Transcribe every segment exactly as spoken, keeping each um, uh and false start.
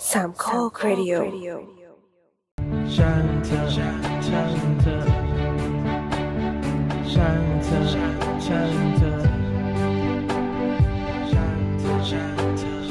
สามข้อครดิโอช่างเธอช่างเธอช่างเธอช่างเธอช่างเธอช่างเธอ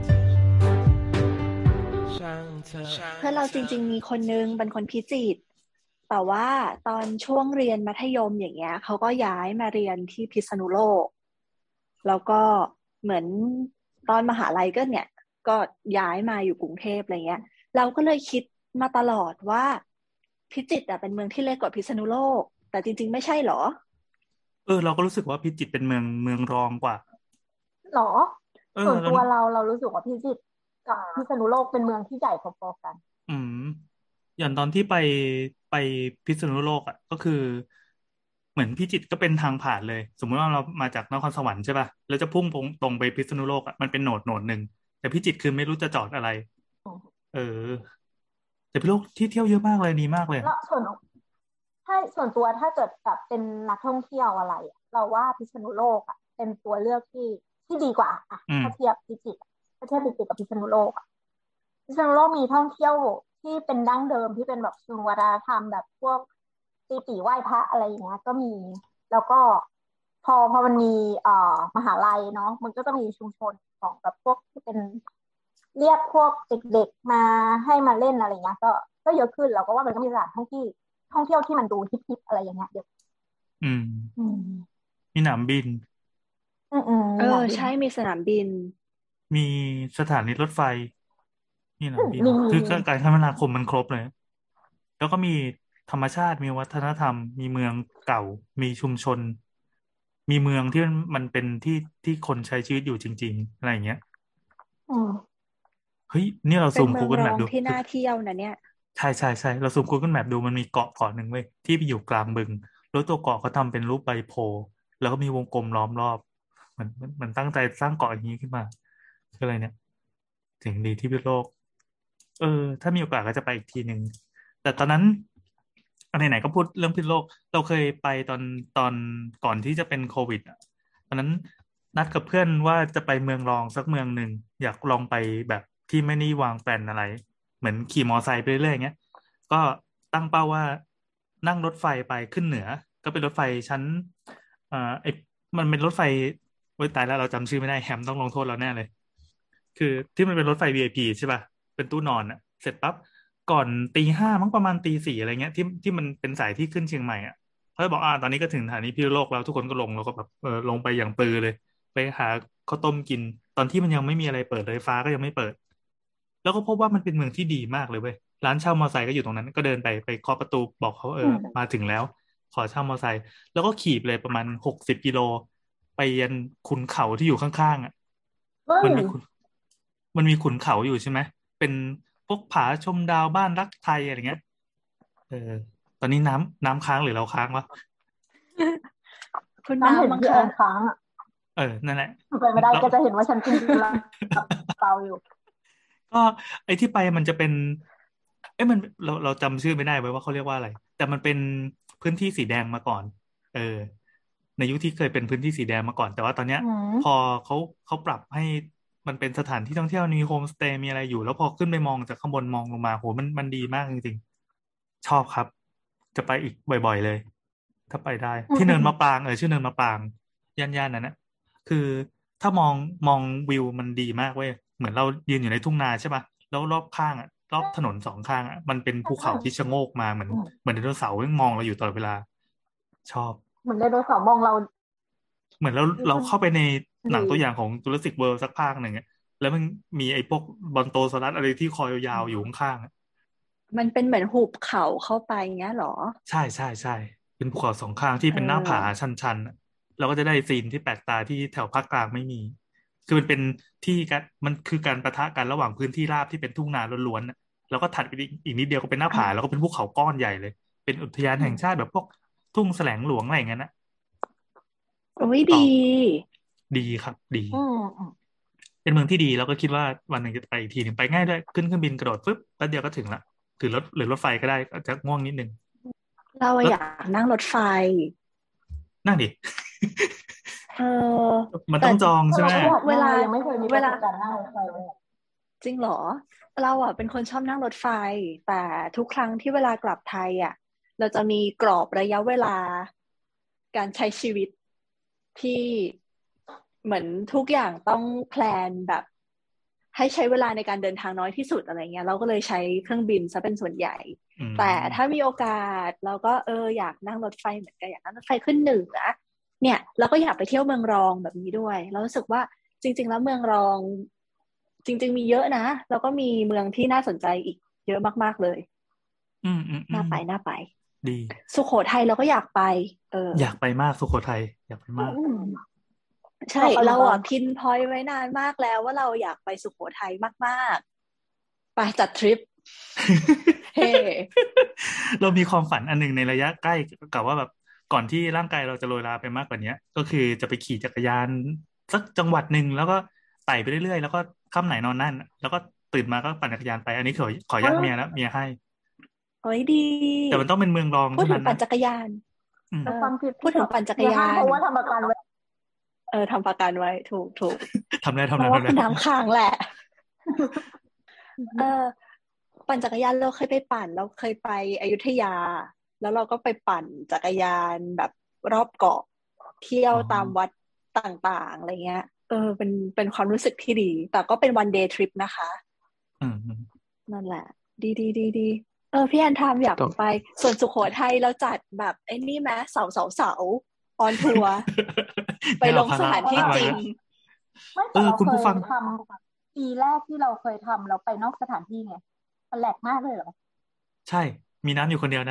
ช่างเธอเพื่อนเราจริงๆมีคนนึงเป็นคนพิจิตรแต่ว่าตอนช่วงเรียนมัธยมอย่างเงี้ยเขาก็ย้ายมาเรียนที่พิษณุโลกแล้วก็เหมือนตอนมหาลัยก็เนี่ยก็ย้ายมาอยู่กรุงเทพอะไรเงี้ยเราก็เลยคิดมาตลอดว่าพิจิตรอะเป็นเมืองที่เล็กกว่าพิษณุโลกแต่จริงๆไม่ใช่หรอเออเราก็รู้สึกว่าพิจิตรเป็นเมืองเมืองรองกว่าหรอเออส่วนตัวแล้วเราเรารู้สึกว่าพิจิตรกับพิษณุโลกเป็นเมืองที่ใหญ่พอๆกันอืมอย่างตอนที่ไปไปพิษณุโลกอ่ะก็คือเหมือนพิจิตรก็เป็นทางผ่านเลยสมมติว่าเรามาจากนครสวรรค์ใช่ป่ะแล้วจะพุ่งตรงตรงไปพิษณุโลกอ่ะมันเป็นโหนดโหนดหนึ่งแต่พิจิตรคือไม่รู้จะจอดอะไรอืมเออแต่พิษณุโลกที่เที่ยวเยอะมากเลยดีมากเลยแล้วส่วนถ้าส่วนตัวถ้าเกิดแบบเป็นนักท่องเที่ยวอะไรอะเราว่าพิษณุโลกอ่ะเป็นตัวเลือกที่ที่ดีกว่าอ่ะอืมถ้าเทียบพิจิตรถ้าเทียบพิจิตรกับพิษณุโลกอะพิษณุโลกมีท่องเที่ยวที่เป็นดั้งเดิมที่เป็นแบบเชิงวัฒนธรรมแบบพวกตีปีไหว้พระอะไรอย่างเงี้ยก็มีแล้วก็พอพอมันมีเอ่อมหาลัยเนาะมันก็จะมีชุมชนของแบบพวกที่เป็นเรียกพวกเด็กๆมาให้มาเล่นอะไรเงี้ยก็ก็เยอะขึ้นเราก็ว่ามันก็มีสถานท่องที่ท่องเที่ยวที่มันดูฮิปๆอะไรอย่างเงี้ยเดี๋ยวอืมอืมมีหนามบินอืมอืมเอมีหนามบินอใช่มีสนามบินมีสถานีรถไฟมีหนามบินอืมมีมีคือมีการคมนาคมมันครบเลย แล้วก็มีธรรมชาติมีวัฒนธรรมมีเมืองเก่ามีชุมชนมีเมืองที่มันมันเป็นที่ที่คนใช้ชีวิตอยู่จริงๆอะไรอย่างเงี้ยอืมเฮ้ยนี่เราซูมเป็นเมือง Google รอ Map ดูงที่คือน่าเที่ยวนะเนี่ยใช่ใช่ใช่เราซูม Google Map ดูมันมีเกาะเกาะหนึ่งเว้ยที่ไปอยู่กลางบึงแล้วตัวเกาะเขาทำเป็นรูปใบโพธิ์แล้วก็มีวงกลมล้อมรอบเหมือนเหมือนตั้งใจสร้างเกาะอย่างนี้ขึ้นมาคืออะไรเนี่ยสิ่งดีที่พิษณุโลกเออถ้ามีโอกาสก็จะไปอีกทีหนึ่งแต่ตอนนั้น อันไหนๆก็พูดเรื่องพิษณุโลกเราเคยไปตอนตอนก่อนที่จะเป็นโควิดอ่ะตอนนั้นนัดกับเพื่อนว่าจะไปเมืองรองสักเมืองหนึ่งอยากลองไปแบบที่ไม่ได้วางแผนอะไรเหมือนขี่มอไซค์ไปเรื่อยๆเงี้ยก็ตั้งเป้าว่านั่งรถไฟไปขึ้นเหนือก็เป็นรถไฟชั้นเอ่อไอมันเป็นรถไฟโอ้ยตายแล้วเราจำชื่อไม่ได้แฮมต้องลงโทษเราแน่เลยคือที่มันเป็นรถไฟ วี ไอ พี ใช่ป่ะเป็นตู้นอนอ่ะเสร็จปั๊บ ก่อนตีห้ามั้งประมาณตีสี่อะไรเงี้ยที่ที่มันเป็นสายที่ขึ้นเชียงใหม่อ่ะเขาจะบอกอ่าตอนนี้ก็ถึงสถานีพิษณุโลกแล้วทุกคนก็ลงแล้วก็แบบเออลงไปอย่างปรือเลยไปหาข้าวต้มกินตอนที่มันยังไม่มีอะไรเปิดเลยฟ้าก็ยังไม่เปิดแล้วก็พบว่ามันเป็นเมืองที่ดีมากเลยเว้ยร้านเช่ามอเตอร์ไซค์ก็อยู่ตรงนั้นก็เดินไปไปเคาะประตูบอกเขาเอออืมมาถึงแล้วขอเช่ามอเตอร์ไซค์แล้วก็ขี่ไปเลยประมาณหกสิบกิโลไปยันขุนเขาที่อยู่ข้างๆอ่ะเฮ้ยมันมีขุนมันมีขุนเขาอยู่ใช่ไหมเป็นพวกผาชมดาวบ้านรักไทยอะไรเงี้ย เออตอนนี้น้ำน้ำค้างหรือเราค้างวะคุณน้ำเห็นน้ำมั้งคะพี่แอนค้างอ่ะเออนั่นแหละไปไม่ได้เราก็จะเห็นว่าฉันกินเราเปล่าอยู่ก็ไอ้ที่ไปมันจะเป็นเอ้ยมันเราเราจำชื่อไม่ได้ไว้ว่าเขาเรียกว่าอะไรแต่มันเป็นพื้นที่สีแดงมาก่อนเออในยุคที่เคยเป็นพื้นที่สีแดงมาก่อนแต่ว่าตอนเนี้ยอืมพอเขาเขาปรับให้มันเป็นสถานที่ท่องเที่ยวมีโฮมสเตย์มีอะไรอยู่แล้วพอขึ้นไปมองจากข้างบนมองลงมาโหมันมันดีมากจริงๆชอบครับจะไปอีกบ่อยๆเลย ถ้าไปได้ที่เนินอืมอืมมะปรางเออชื่อเนินมะปรางย่านๆนั้นนะคือถ้ามองมองวิวมันดีมากเว้ยเหมือนเรายืนอยู่ในทุ่งนาใช่ป่ะแล้วรอบข้างอ่ะรอบถนนสองข้างอ่ะมันเป็นภูเขาที่ชะโงกมาเหมือนอืมเหมือนไดโนเสาร์มองเราอยู่ตลอดเวลาชอบเหมือนไดโนเสาร์มองเราเหมือนเราดีเราเข้าไปในหนังดีตัวอย่างของจูราสสิกเวิลด์สักภาคหนึ่งอะแล้วมันมีไอ้พวกบอนโตซอรัสอะไรที่คอยยาวๆอยู่ข้างๆอะมันเป็นเหมือนหุบเขาเข้าไปเงี้ยเหรอใช่ใช่ใช่เป็นภูเขาสองข้างที่เอเป็นหน้าผาอชันๆอะเราก็จะได้ซีนที่แปลกตาที่แถวภาคกลางไม่มี คือมันเป็นที่การมันคือการปะทะกันระหว่างพื้นที่ราบที่เป็นทุ่งนาล้วนๆน่ะแล้วก็ถัดไปอีกอีกนิดเดียวก็เป็นหน้าผาแล้วก็เป็นภูเขาก้อนใหญ่เลยเป็นอุทยานอืมแห่งชาติแบบพวกทุ่งแสลงหลวงอะไรอย่างเงี้ยนะโอ้ยต่อดีดีครับดีอืมอืมเป็นเมืองที่ดีแล้วก็คิดว่าวันหนึ่งจะไปอีกทีหนึ่งไปง่ายด้วยขึ้นเครื่องบินกระโดดฟึบแป๊บเดียวก็ถึงละถือรถหรือรถไฟก็ได้อาจจะง่วงนิดนึงเราอะรถอยากนั่งรถไฟนั่งดิเออมันแต่ต้องจองแต่ใช่ไหมเราก็อยากเวลานั่งเรายังไม่เคยมีปเวลาระสบการณ์นั่งรถไฟเลยจริงเหรอเราอ่ะเป็นคนชอบนั่งรถไฟแต่ทุกครั้งที่เวลากลับไทยอ่ะเราจะมีกรอบระยะเวลาการใช้ชีวิตที่เหมือนทุกอย่างต้องแพลนแบบให้ใช้เวลาในการเดินทางน้อยที่สุดอะไรเงี้ยเราก็เลยใช้เครื่องบินซะเป็นส่วนใหญ่อืมแต่ถ้ามีโอกาสเราก็เอออยากนั่งรถไฟเหมือนกันอยากนั่งรถไฟขึ้นเหนือเนี่ยเราก็อยากไปเที่ยวเมืองรองแบบนี้ด้วยเรารู้สึกว่าจริงๆแล้วเมืองรองจริงๆมีเยอะนะแล้วก็มีเมืองที่น่าสนใจอีกเยอะมากๆเลยอืมอืมอืน่าม ไปน่าไปดีสุโขทัยเราก็อยากไปเอออยากไปมากสุโขทัยอยากไปมากอืมใช่เราไปเหมืเราอนกัอ่ะนพินพอยต์ไว้นานมากแล้วว่าเราอยากไปสุโขทัยมากๆไปจัดทริป เฮ้เรามีความฝันอันหนึ่งในระยะใกล้กับว่าแบบก่อนที่ร่างกายเราจะโรยลาไปมากกว่านี้ก็คือจะไปขี่จักรยานสักจังหวัดหนึ่งแล้วก็ไต่ไปเรื่อยๆแล้วก็ค่ำไหนนอนนั่นแล้วก็ตื่นมาก็ปั่นจักรยานไปอันนี้ขอขออนุญาตเมียแล้วเมียให้โอ้ยดีแต่มันต้องเป็นเมืองรองพูดเท่านั้นนะถึงปั่นจักรยานอืมเออความคิดพูดถึงปั่นจักรอย่ายาห้ามนเพราะว่าทำประกันไว้เออทำประกันไว้ถูกถูกทำได้เพทำได้ราะว่าทำคุณได้น้ำค้างแหละ เออปั่นจักรยานเราเคยไปปั่นเราเคยไปอยุธยา แล้วเราก็ไปปั่นจักรยานแบบรอบเกาะเที่ยวอ๋อตามวัดต่างๆอะไรเงี้ยเออเป็นเป็นความรู้สึกที่ดี แต่ก็เป็นวันเดย์ทริปนะคะอืมอืมนั่นแหละ ดีดีดีดีเออพี่แอนทามอยากต้องไป ส่วนสุโขทัยเราจัดแบบไอ้นี่ไหมเสาเสาเสาออนทัวร์ ไปงั้นลเอางภาสระถานที่ภาระจริงเยอะไม่เอแต่อเราคุณเคผู้ยฟังทำปีแรกที่เราเคยทำเราไปนอกสถานที่ไงมันแหลกมากเลยเหรอใช่ มีน้ำอยู่คนเดียวนะ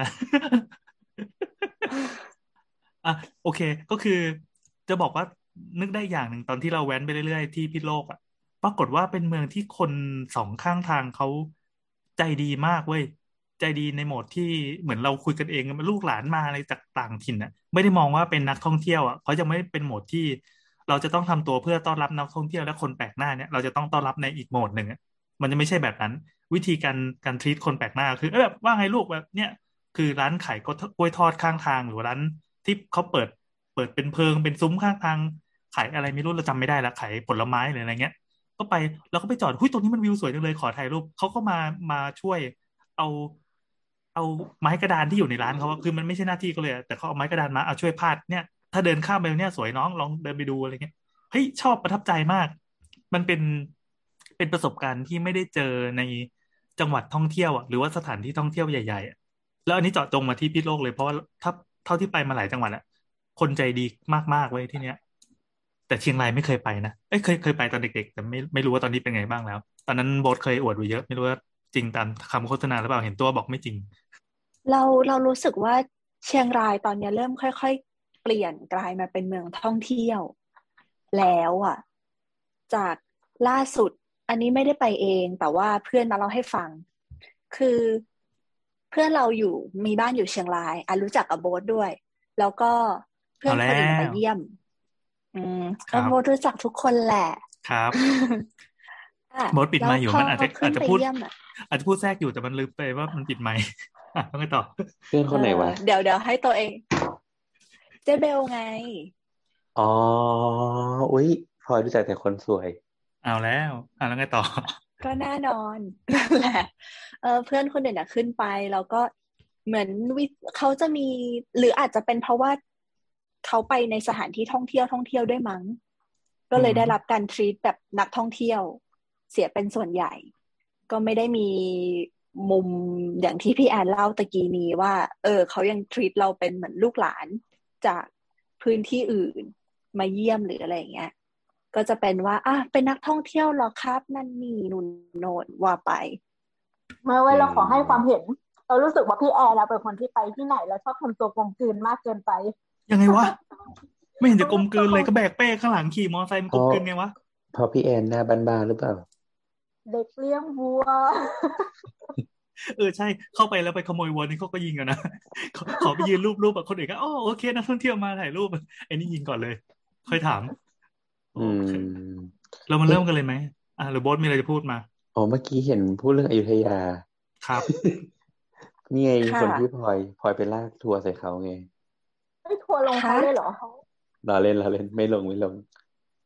อ่ะโอเคก็คือจะบอกว่านึกได้อย่างหนึ่งตอนที่เราแว้นไปเรื่อยๆที่พิษณุโลกอ่ะปรากฏว่าเป็นเมืองที่คนสองข้างทางเขาใจดีมากเว้ยใจดีในโหมดที่เหมือนเราคุยกันเองมันลูกหลานมาอะไรจากต่างถิ่นอ่ะไม่ได้มองว่าเป็นนักท่องเที่ยวอ่ะเขาจะไม่เป็นโหมดที่เราจะต้องทำตัวเพื่อต้อนรับนักท่องเที่ยวและคนแปลกหน้าเนี่ยเราจะต้องต้อนรับในอีกโหมดหนึ่งอ่ะมันจะไม่ใช่แบบนั้นวิธีการการทรีตคนแปลกหน้าคือเออแบบว่าไงลูกแบบเนี้ยคือร้านขายกล้วยทอดข้างทางหรือร้าน ที่เขาเปิดเปิดเป็นเพิงเป็นซุ้มข้างทางขายอะไรไม่รู้เราจำไม่ได้ละขายผลไม้หรืออะไรเงี้ยก็ไปแล้วก็ไปจอดหุ้ยตรงนี้มันวิวสวยจังเลยขอถ่ายรูปเขาก็มามาช่วยเอาเอาไม้กระดานที่อยู่ในร้านเขาอะคือมันไม่ใช่หน้าที่ก็เลยอะแต่เขาเอาไม้กระดานมาเอาช่วยพาดเนี่ยถ้าเดินข้ามไปเนี่ยสวยน้องลองเดินไปดูอะไรเงี้ยเฮ้ยชอบประทับใจมากมันเป็นเป็นประสบการณ์ที่ไม่ได้เจอในจังหวัดท่องเที่ยวอ่ะหรือว่าสถานที่ท่องเที่ยวใหญ่ๆอะแล้วอันนี้เจาะจงมาที่พิษณุโลกเลยเพราะว่าถ้า เท่าที่ไปมาหลายจังหวัดอะคนใจดีมากๆเว้ยที่เนี้ยแต่เชียงรายไม่เคยไปนะเอ้ยเคยเคยไปตอนเด็กๆแต่ไม่ไม่รู้ว่าตอนนี้เป็นไงบ้างแล้วตอนนั้นโบ๊ทเคยอวดไว้เยอะไม่รู้ว่าจริงตามคำโฆษณาหรือเปล่าเห็นตัวบอกไม่จริงเราเรารู้สึกว่าเชียงรายตอนนี้เริ่มค่อยๆเปลี่ยนกลายมาเป็นเมืองท่องเที่ยวแล้วอ่ะจากล่าสุดอันนี้ไม่ได้ไปเองแต่ว่าเพื่อนมาเล่าให้ฟังคือเพื่อนเราอยู่มีบ้านอยู่เชียงรายอ่ะรู้จักกับโบ๊ทด้วยแล้วก็เพื่อเอาแล้นคนอื่นไปวเยี่ยมอืมครัก็โบ๊ทบรู้จักทุกคนแหละครับอ่ะโบ๊ทปิดแล้ไมวค์อยู่พอมันอาจจะขึ้นไปอาจจะพูดเยี่ยมอ่ะอาจจะพูดแทรกอยู่แต่มันลืมไปว่ามันปิดไมค์ อ่ะต้องไปต่อเพื่อนคเอนไหนอวะเดี๋ยวเดี๋ยวให้ตัวเองเจเบลไงอ๋ออุ๊ยพลอยรู้จักแต่คนสวยเอาแล้วอ่ะแล้วไงต่อก็แน่นอน นั่นแหละเออเพื่อนคนอื่นอะขึ้นไปแล้วก็เหมือนวิเขาจะมีหรืออาจจะเป็นเพราะว่าเขาไปในสถานที่ท่องเที่ยวท่องเที่ยวด้วยมั้งก็เลยได้รับการทรีตแบบนักท่องเที่ยวเสียเป็นส่วนใหญ่ ก็ไม่ได้มีมุมอย่างที่พี่แอนเล่าตะกี้นี้ว่า เออเขายังทรีตเราเป็นเหมือนลูกหลานจากพื้นที่อื่นมาเยี่ยมหรืออะไรอย่างเงี้ย ก็จะเป็นว่าอ่ะเป็นนักท่องเที่ยวเหรอครับนั่นนี่นู่นโน่นว่าไปเมื่อไว้เราขอให้อืมความเห็น เรารู้สึกว่าพี่แอร์เราเป็นคนที่ไปที่ไหนแล้วชอบทำตัวกลมกลืนมากเกินไปยังไงวะไม่เห็นจะกลมกลืนเลยก็แบกเป้ข้างหลังขี่มอเตอร์ไซค์มันเพกลมราะกลืนไงวะเพราะพี่แอนหน้าบ้านๆหรือเปล่าเด็กเลี้ยงวัวเออใช่เข้าไปแล้วไปขโมยวัวนี่เขาก็ยิงกันนะ ขอขอไปยืนรูปรูปแบบคนอื่นก็อ๋อโอเคนักท่องเที่ยวมาถ่ายรูปไอ้นี่ยิงก่อนเลย ค่อยถามโออืเคมเรามาเอ๊ะเริ่มกันเลยไหมอ่ะหรือโบ๊ทมีอะไรจะพูดมาอ๋อเมื่อกี้เห็นพูดเรื่องอยุธยาครับนี่ไงค่ะคนที่พลอยพลอยไปลากทัวร์ใส่เขาไงไม่ทัวร์ลงเขาคะเลยเหรอเราเล่นเราเล่นไม่ลงไม่ลงเฮ้ย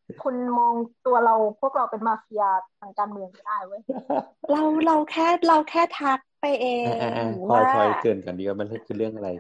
คุณมองตัวเราพวกเราเป็นมาเฟียทางการเมืองไม่ได้เว้ยเราเราแค่เราแค่ทักไปเออ่าอ่างอ่าพลอยว่าพลอยเกรินก่อนดีว่ามันคือเรื่องอะไร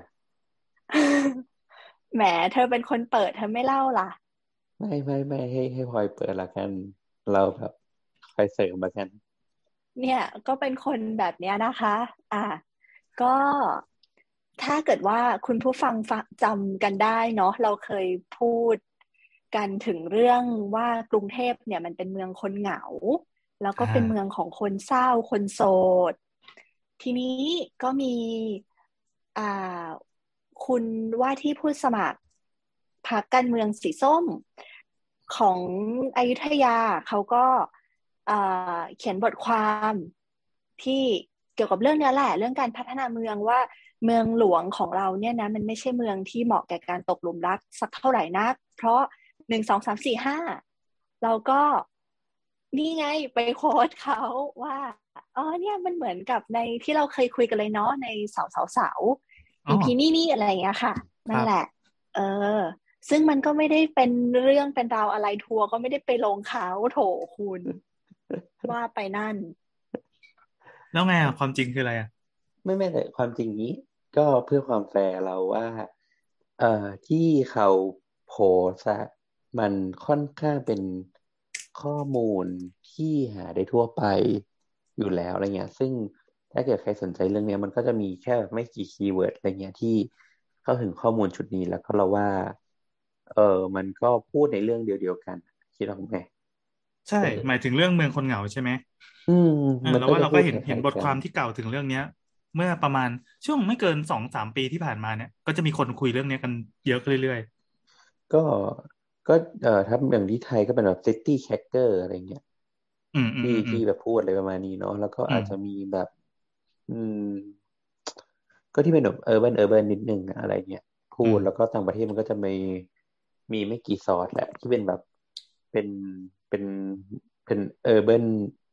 แหมเธอเป็นคนเปิดเธอไม่เล่าล่ะไม่ไม่ไม่ให้ให้พลอยเปิดละกันเราแบบคอยเสริมละกันเนี่ยก็เป็นคนแบบเนี้ยนะคะ อ่ะก็ถ้าเกิดว่าคุณผู้ฟังฟังจำกันได้เนาะเราเคยพูดกันถึงเรื่องว่ากรุงเทพเนี่ยมันเป็นเมืองคนเหงาแล้วก็อ่าเป็นเมืองของคนเศร้าคนโสดทีนี้ก็มีอ่าคุณว่าที่ผู้สมัครพรรคการเมืองสีส้มของอยุธยาเขาก็อ่าเขียนบทความที่เกี่ยวกับเรื่องนี้แหละเรื่องการพัฒนาเมืองว่าเมืองหลวงของเราเนี่ยนะมันไม่ใช่เมืองที่เหมาะแก่การตกหลุมรักสักเท่าไหร่นักเพราะหนึ่งสองสามสี่ห้าเราก็นี่ไงไปโค้ดเขาว่าอ๋อเนี่ยมันเหมือนกับในที่เราเคยคุยกันเลยเนาะในเสาเสาเสาอ๋ออีพีนี่นี่อะไรอย่างเงี้ยค่ะครับนั่นแหละเออซึ่งมันก็ไม่ได้เป็นเรื่องเป็นราวอะไรทัวร์ก็ไม่ได้ไปลงเขาโถคุณว่าไปนั่นแล้วไงอ่ะความจริงคืออะไรอ่ะไม่ไม่แต่ความจริงนี้ก็เพื่อความแฟร์เราว่าเอ่อที่เขาโพสต์อะมันค่อนข้างเป็นข้อมูลที่หาได้ทั่วไปอยู่แล้วอะไรเงี้ยซึ่งถ้าเกิดใครสนใจเรื่องเนี้ยมันก็จะมีแค่แบบไม่กี่คีย์เวิร์ดอะไรเงี้ยที่เข้าถึงข้อมูลชุดนี้แล้วก็เราว่าเออมันก็พูดในเรื่องเดียวๆกันคิดว่าไงใช่เออหมายถึงเรื่องเมืองคนเหงาใช่ไหมอืมเออมันก็แล้วว่าเราก็เห็นจะพูดคเห็นบทล้ายๆกันความที่กล่าวถึงเรื่องเนี้ยเมื่อประมาณช่วงไม่เกินสองสามปีที่ผ่านมาเนี่ยก็จะมีคนคุยเรื่องเนี้ยกันเยอะขึ้นเรื่อยก็ก็เอ่อถ้าอย่างที่ไทยก็เป็นแบบ City Hacker อะไรเงี้ยๆอืมอืมที่อืมอืมที่แบบพูดอะไรประมาณนี้เนาะแล้วก็อืมอาจจะมีแบบอืมก็ที่เป็นแบบ Urban Urban นิดนึงอะอะไรเงี้ยพูอืมดแล้วก็ต่างประเทศมันก็จะมีมีไม่กี่ซอร์สแหละที่เป็นแบบเป็นเป็นเป็น Urban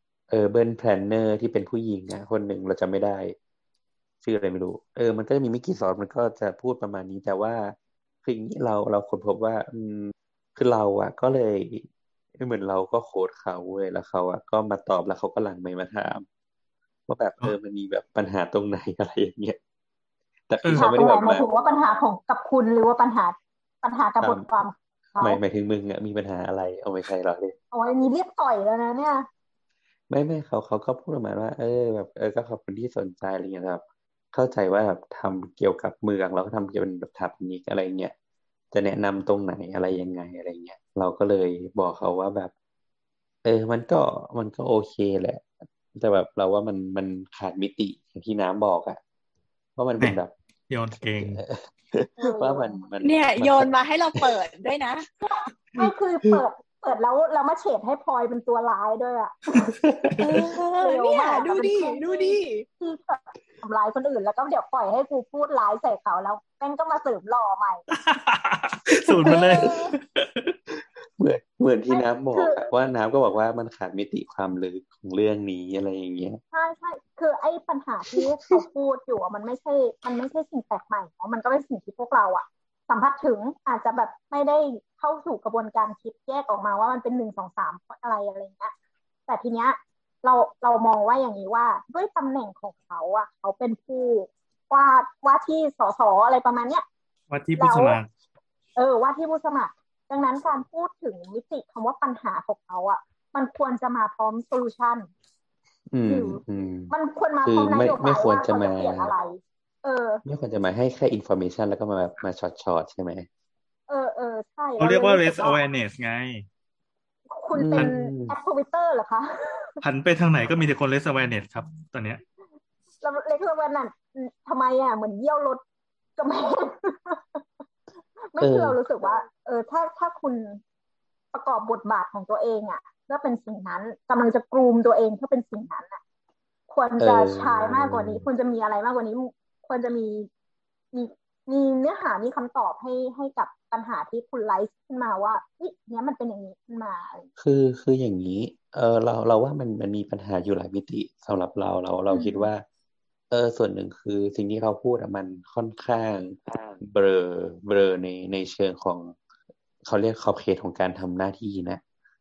Urban Planner ที่เป็นผู้หญิงอะคนหนึ่งเราจำไม่ได้ชื่ออะไรไม่รู้เออมันก็จะมีไม่กี่ซอร์สมันก็จะพูดประมาณนี้แต่ว่าคืออย่างนี้เราเราค้นพบว่าอืม คือเราอะก็เลยเหมือนเราก็โค้ดเขาเว้ยแล้วเขาอะก็มาตอบแล้วเขาก็หลังไมค์มาถามว่าแบบเออ๋ออมันมีแบบปัญหาตรงไหนอะไรอย่างเงี้ยแต่เออคือเขาไม่ปัญหาตรงไหนได้แบบมาหมายถึงว่าปัญหาของกับคุณหรือว่าปัญหาปัญหากับตามบทความเขาหมายหมายถึงมึงอะมีปัญหาอะไรเอาไม่ใช่หรอกเลยโอ้ยนี้เรียกต่อยแล้วนะเนี่ยไม่ไม่เขาเขาก็พูดประมาณว่าเออแบบเออก็ขอบคุณที่สนใจอะไรเงี้ยแบบเข้าใจว่าแบบทำเกี่ยวกับเมืองแล้วก็ทำเกี่ยวกับแบบสถาปนิกอะไรเงี้ยจะแนะนำตรงไหนอะไรยังไงอะไรเงี้ยเราก็เลยบอกเขาว่าแบบ เออมันก็มันก็โอเคแหละแต่แบบเราว่ามันมันขาดมิติอย่างที่น้ำบอกอะว่ามันเป็นเนี่ยแบบโยนเก่งเอว่ามันอมันเนี่ยมันค่อนโยนมาให้เราเปิดด้วยนะไม่คือเปิดเปิดแล้วเรามาเฉดให้พลอยเป็นตัวร้ายด้วยอะเออเร็วเนี่ยมากดูดิอะเป็นเพื่อนดูที่ดิที่แบบทำร้ายคนอื่นแล้วก็เดี๋ยวปล่อยให้กูพูดร้ายใส่เขาแล้วแม่งก็มาเสริมหล่อใหม่สูตรเมาเลยออเหมือนเหมือนที่ไม่น้ำบอคือกอะว่าน้ำก็บอกว่ามันขาดมิติความลึกของเรื่องนี้อะไรอย่างเงี้ยใช่ใช่คือไอ้ปัญหาที่เขาพูดอยู่อะมันไม่ใช่มันไม่ใช่สิ่งแปลกใหม่เนาะมันก็เป็นสิ่งที่พวกเราอะสัมผัสถึงอาจจะแบบไม่ได้เข้าสู่กระบวนการคิดแยกออกมาว่ามันเป็นหนึ่งสองสามอะไรอะไรเงี้ยแต่ทีเนี้ยเราเรามองว่าอย่างนี้ว่าด้วยตำแหน่งของเขาอะเขาเป็นผู้ว่าว่าที่สสอะไรประมาณเนี้ยว่าที่ผู้แล้วสมัครเออว่าที่ผู้สมัครดังนั้นการพูดถึงมิติคำว่าปัญหาของเขาอะมันควรจะมาพร้อมโซลูชันอืมหรืออืมมันควรมาคือพร้อมนไม่ไม่โยบายควรจะมาว่าเขาจะเปลี่ยนอะไร เออไม่ควรจะมาให้แค่อินโฟ เอ ชันแล้วก็มาแบบมาช็อตช็อตใช่ไหมเออเออใช่เราเลยเขาเรียกว่ารู้สึก raise ว่า awareness ไงคุณอืเป็นหันแอปมทวิตเตอร์เหรอคะหันไปทางไหนก็มีแต่คน raise awareness ครับตอนเนี้ยเราเล็กเวันนั้นทำไมอ่ะเหมือนเยี่ยวรถกระแมงเอไม่คือเราอรู้สึกว่าเออถ้าถ้าคุณประกอบบทบาทของตัวเองอ่ะเพื่อเป็นสิ่งนั้นกำลังจะกรูมตัวเองเพื่อเป็นสิ่งนั้นอ่ะควรเอจะใช้อมากกว่านี้ควรจะมีอะไรมากกว่านี้ควรจะมีมีมีเนื้อหามีคำตอบให้ให้กับปัญหาที่คุณไลฟ์ขึ้นมาว่าเฮ้ยเนี้ยมันเป็นอย่างนี้ขึ้นมาคือคืออย่างนี้เออเราเราว่ามันมันมีปัญหาอยู่หลายมิติสำหรับเราเราเราอืคิดว่ามเออส่วนหนึ่งคือสิ่งที่เขาพูดอะมันค่อนข้างเบลอเบลอในในเชิงของเขาเรียกขอบเขตของการทำหน้าที่นะ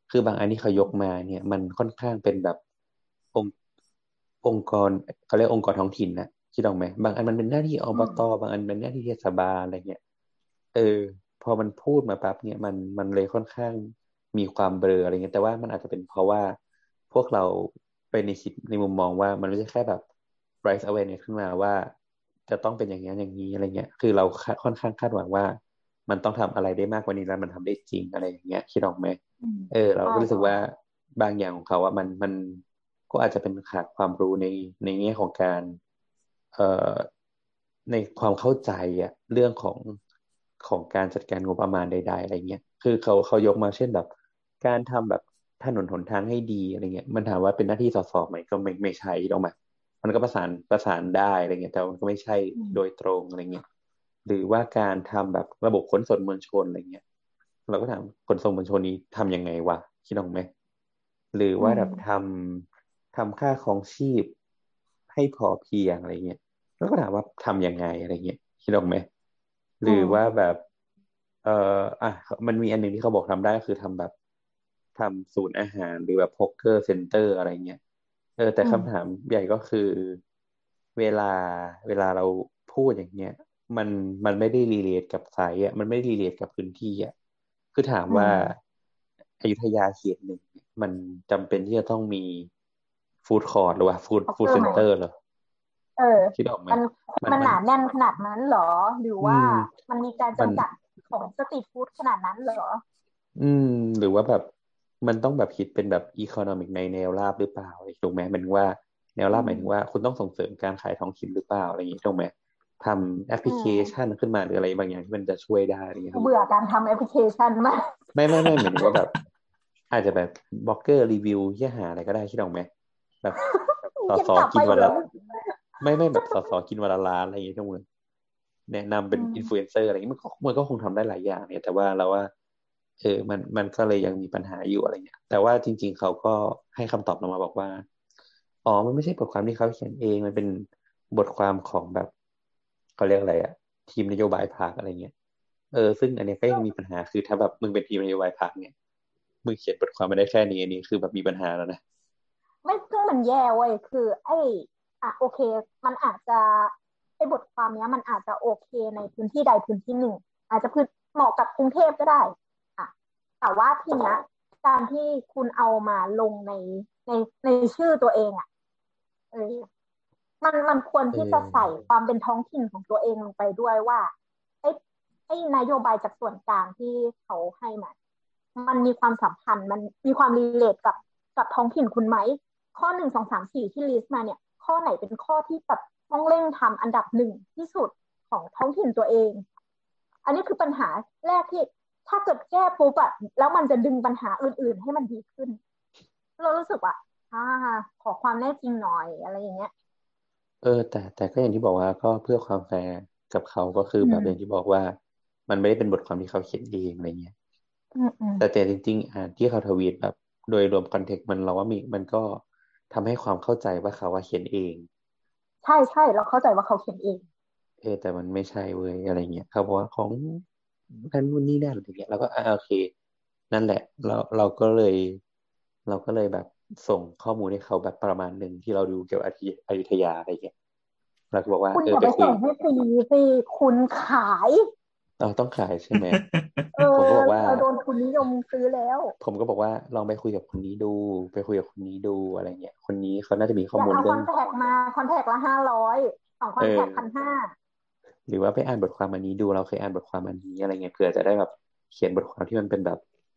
คือบางอันที่เขายกมาเนี่ย มันค่อนข้างเป็นแบบองค์องค์กรเขาเรียกองค์กรท้องถิ่นนะคิดออกไหมบางอันมันเป็นหน้าที่ออืบมตบางอันเป็นหน้าที่เทศบาลอะไรเงี้ยเออ พอมันพูดมาปั๊บเนี่ยมันมันเลยค่อนข้างมีความเบลออะไรเงี้ยแต่ว่ามันอาจจะเป็นเพราะว่าพวกเราไปในคิดในมุมมองว่ามันไม่ใช่แค่แบบ raise awareness ขึ้นมาว่าจะต้องเป็นอย่างนี้อย่างนี้อะไรเงี้ยคือเราค่อนข้างคาดหวังว่ามันต้องทำอะไรได้มากกว่านี้แล้วมันทำได้จริงอะไรอย่างเงี้ยคิดออกไหมอืมเออเราใช่ก็รู้สึกใช่ว่าบางอย่างของเขาว่ามันมันก็อาจจะเป็นขาดความรู้ในในแง่ของการเอ่อในความเข้าใจอะเรื่องของของการจัดการงบประมาณใดๆอะไรเงี้ยคือเขาเขายกมาเช่นแบบการทำแบบถนนหนทางให้ดีอะไรเงี้ยมันถามว่าเป็นหน้าที่สสไหมก็ไม่ไม่ใช่หรอกมามันก็ประสานประสานได้อะไรเงี้ยแต่มันก็ไม่ใช่อืมโดยตรงอะไรเงี้ยหรือว่าการทำแบบระบบขนส่งมวลชนอะไรเงี้ย เราก็ถามขนส่งมวลชนนี้ทำยังไงวะคิดออกไหมหรืออืมว่าแบบทำทำค่าครองชีพให้พอเพียงอะไรเงี้ยแล้วก็ถามว่าทำยังไงอะไรเงี้ยคิดออกไหมหอืรือว่ามแบบเอ่ออ่ะมันมีอันหนึ่งที่เขาบอกทำได้ก็คือทำแบบทำศูนย์อาหารหรือแบบฮอกเกอร์เซ็นเตอร์อะไรเงี้ยเออแต่อืมคำถามใหญ่ก็คือเวลาเวลาเราพูดอย่างเงี้ยมันมันไม่ได้รีเลทกับไซต์อ่ะมันไม่ได้รีเลทกับพื้นที่อ่ะ คือถามอืว่ามอยุธยาเขตหนึ่งเนี่ยมันจำเป็นที่จะต้องมีฟู้ดคอร์ทหรือว่าฟู้ดฟู้ดพ็อกเกอร์ไหมเซ็นเตอร์เหรอเออคิดออกไหมมันมันมันมันหนาแน่นขนาดนั้นเหรอหรือว่าอืมมันมีการมันจำกัดของสตรีทฟู้ดขนาดนั้นเหรออืมหรือว่าแบบมันต้องแบบคิดเป็นแบบอีโคโนมิกในแนวราบหรือเปล่าถูกไหมหมายถึงว่าแนวอืราบหมายถึงว่ามคุณต้องส่งเสริมการขายท้องถิ่นหรือเปล่าอะไรอย่างนี้ถูกไหมทำแอปพอืลิเคชันมขึ้นมาหรืออะไรบางอย่างที่มันจะช่วยได้อะไรอย่างเงี้ยครับเบื่อการทำแอปพลิเคชันมากไม่ไม่ไม่หมายถึงว่าแบบอาจจะแบบบล็อกเกอร์รีวิวที่หาอะไรก็ได้คิดออกไหมแบบสอยังสอกลับไปกินวันละอีกเหรอไม่ไม่แบบสอสอกินวันละล้านอะไรอย่างเงี้ยทั้งหมดแนะนำเป็นอืมอินฟลูเอนเซอร์อะไรอย่างเงี้ยมันก็มันก็คงทำได้หลายอย่างเนี่ยแต่ว่าเราว่าเออมันมันก็เลยยังมีปัญหาอยู่อะไรเงี้ยแต่ว่าจริงๆเขาก็ให้คำตอบเรามาบอกว่าอ๋อมันไม่ใช่บทความที่เขาเขียนเองมันเป็นบทความของแบบเขาเรียกอะไรอะทีมนโยบายพรรคอะไรเงี้ยเออซึ่งอันเนี้ยก็ยังมีปัญหาคือถ้าแบบมึงเป็นทีมนโยบายพรรคเนี่ยมึงเขียนบทความมาได้แค่นี้อันนี้คือแบบมีปัญหาแล้วนะไม่ซึ่งมันแย่เว้ยคือไอ้อ่ะโอเคมันอาจจะไอ้บทความเนี้ยมันอาจจะโอเคในพื้นที่ใดพื้นที่หนึ่งอาจจะพื้นเหมาะกับกรุงเทพก็ได้อ่ะแต่ว่าทีเนี้ยการที่คุณเอามาลงในในในชื่อตัวเองอ่ะเออ มันมันควรเอที่จะใส่อความเป็นท้องถิ่นของตัวเองลงไปด้วยว่าไอ้ไอ้นโยบายจากส่วนกลางที่เขาให้มามันมีความสัมพันธ์มันมีความรีเลทกับกับท้องถิ่นคุณไหมข้อหนึ่งสองสามสี่ที่ลิสต์มาเนี่ยข้อไหนเป็นข้อที่แบบต้องเร่งทำอันดับหนึ่งที่สุดของท้องถิ่นตัวเองอันนี้คือปัญหาแรกที่ถ้าเกิดแก้ปุ๊บอะแล้วมันจะดึงปัญหาอื่นๆให้มันดีขึ้นเรารู้สึกว่าอ่าขอความแน่จริงหน่อยอะไรอย่างเงี้ยเออแต่แต่ก็อย่างที่บอกว่าก็เพื่อความแฟร์กับเขาก็คืออืมแบบอย่างที่บอกว่ามันไม่ได้เป็นบทความที่เขาเขียนเองอะไรเงี้ยอืมอืมแต่แต่จริงๆอ่านที่เขาทวีตแบบโดยรวมคอนเทกต์มันเราว่ามีมันก็ทำให้ความเข้าใจว่าเขาว่าเขียนเองใช่ใช่เราเข้าใจว่าเขาเขียนเองเออแต่มันไม่ใช่เว้ยอะไรเงี้ยเขาบอกว่าของนั่นนู่นนี่นั่นอะไรเงี้ยแล้วก็อ่าโอเคนั่นแหละเราเราก็เลยเราก็เลยแบบส่งข้อมูลให้เขาแบบประมาณหนึ่งที่เราดูเกี่ยวกับอยุธยาอะไรเงี้ยเราก็บอกว่าคุณอย่าไปเออไปคุยส่งให้ฟรีสิคุณขายเราต้องขายใช่ไหมเออผมก็บอกว่าเราโดนทุนนิยมซื้อแล้วผมก็บอกว่าลองไปคุยกับคนนี้ดูไปคุยกับคนนี้ดูอะไรเงี้ยคนนี้เขาน่าจะมีข้ออย่าเอาคอมูลเรื่องนแทคมาคอนแทคละห้าร้อยสองคเออนแทคพันอห้าหรือว่าไปอ่านบทความอันนี้ดูเราเคยอ่านบทความอันนี้อะไรเงี้ยเผื่อจะได้แบบเขียนบทความที่มันเป็นแบบ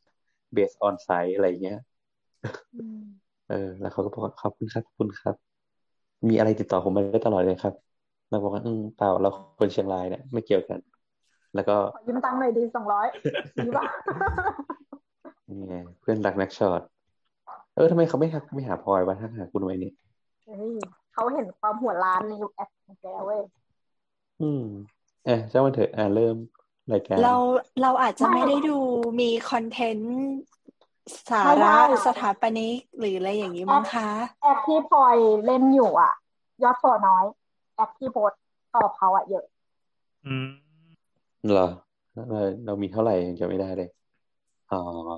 based on site อะไรเงี้ยอืมเออแล้วเขาก็บอกว่าขอบคุณครับขอบคุณครับมีอะไรติดต่อผมมาได้ตลอดเลยครับเราบอกว่าอืมเปล่าเราคนเชียงรายเนี่ยไม่เกี่ยวกันแล้วก็ขอยืมตังค์หน่อยดีสองร้อยมีป่ะนี่ไงเพื่อนรักนักช็อตเออทำไมเขาไม่ทักไม่หาพลอยวะทักหาคุณไว้เนี่ยเฮ้ยเขาเห็นความหัวล้านในยุคแอปของแกเว้ยอืมเอ่ะเจ้ามันเถอะอ่าเริ่มรายการเราเราอาจจะไม่ไม่ได้ดูมีคอนเทนต์สาใช่ระใช่สถาปนิกหรืออะไรอย่างนี้แอปมั้งคะแอปที่พลอยเล่นอยู่อ่ะยอดฟอลน้อยแอปที่โพสต์ตอบเขาอ่ะเยอะอืมเหรอเราเรามีเท่าไหร่ยังจะไม่ได้เลยอ๋อ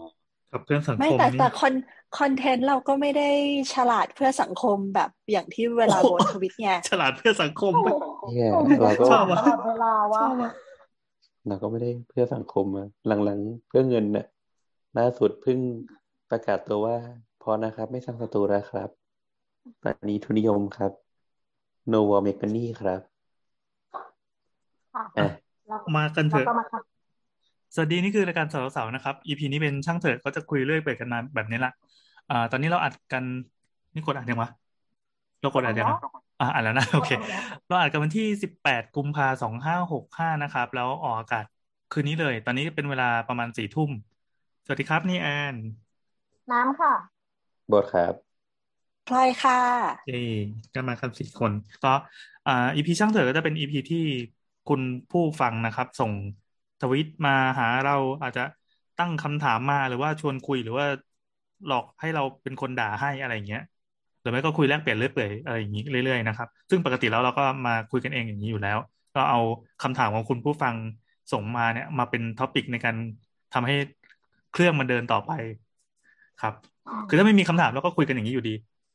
กับเพื่อนสังไม่คมแต่นี่แต่คอนคอนเทนต์เราก็ไม่ได้ฉลาดเพื่อสังคมแบบอย่างที่เวลาโอ้โบสทวิตไงฉลาดเพื่อสังคมโอ้ปะเนี่ยโอ้มีแต่เราฉก็ชอลาบดว่ะตลอดเวลาชวะอบว่ะเราก็ไม่ได้เพื่อสังคมอะหลังๆเพื่อเงินน่ะล่าสุดเพิ่งประกาศตัวว่าพอนะครับไม่สร้างศัตรูแล้วครับตอนนี้ทุนนิยมครับ no war make money ครับค่ะอ่ะแล้วมากันเถแล้วอะก็มาทสวัสดีนี่คือรายการสาวสาวนะครับ อี พี นี้เป็นช่างเถิดก็จะคุยเรื่อยเปื่อยกันมาแบบนี้ละอ่าตอนนี้เราอัดกันนี่กดอัดยังวะเรากดอัดยังอ่ะอ่ะอัดแล้วนะำโอก็เคทำแล้วเราอัดกันวันที่สิบแปดกุมภาสองห้าหกห้านะครับ แล้วออกอากาศคืนนี้เลย ตอนนี้เป็นเวลาประมาณสี่ทุ่มสวัสดีครับนี่แอนน้ำค่ะบทครับพลอยค่ะเอ้ก็มากันสี่คนก็อ่า อี พี ช่างเถอะก็จะเป็น อี พี ที่คุณผู้ฟังนะครับ ส่งทวิตมาหาเราอาจจะตั้งคำถามมาหรือว่าชวนคุยหรือว่าหลอกให้เราเป็นคนด่าให้อะไรอย่างเงี้ยหรือไม่ก็คุยแลกเปลี่ยนเรื่อยเปื่อยอะไรอย่างงี้เรื่อยๆนะครับซึ่งปกติแล้วเราก็มาคุยกันเองอย่างนี้อยู่แล้วก็เอาคำถามของคุณผู้ฟังส่งมาเนี่ยมาเป็นท็อปิกในการทำให้เครื่องมันเดินต่อไปครับคือถ้าไม่มีคำถามเราก็คุยกันอย่างนี้อยู่ดี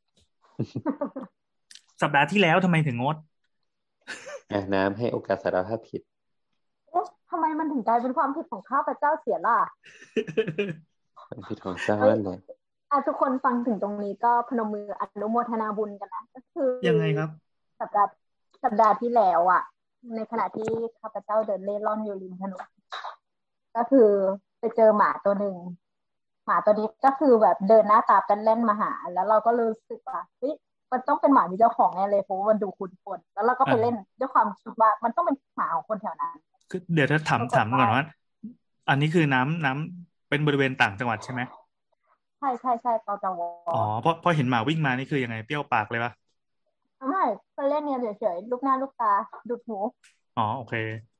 สัปดาห์ที่แล้วทำไมถึงงดอ่ะน้ำให้โอกาสสารภาพผิดเอ๊ะทำไมมันถึงกลายเป็นความผิดของข้าพเจ้าเสียล่ะความผิดของเจ้าเอ้ยนั่นแหละอ่ะทุกคนฟังถึงตรงนี้ก็พนมมืออนุโมทนาบุญกันนะก็คือยังไงครับสัปดาห์สัปดาห์ที่แล้วอ่ะ ในขณะที่ข้าพเจ้าเดินเล่ร่อนอยู่ริมถนนก็คือไปเจอหมาตัวหนึ่งหมาตัวนี้ก็คือแบบเดินหน้าตาเป็นเล่นมาหา แล้วเราก็รู้สึกว่าเฮ้ยมันต้องเป็นหมามีเจ้าของแน่เลยเพราะว่ามันดูคุ้นคนแล้วเราก็ไปอ่าเล่นด้วยความคิดว่ามันต้องเป็นหมาของคนแถวนั้นคือเดี๋ยวถ้าถามปรากฏถามก่อนว่าว่า อันนี้คือน้ำน้ำเป็นบริเวณต่างจังหวัดใช่ไหมใช่ใช่ใช่ตจวอ๋อเพราะเพราะเห็นหมาวิ่งมานี่คือยังไงเปรี้ยวปากเลยปะไม่ไปเล่นเนี่ยเฉยๆลูกหน้าลูกตาดูดหูอ๋อโอเค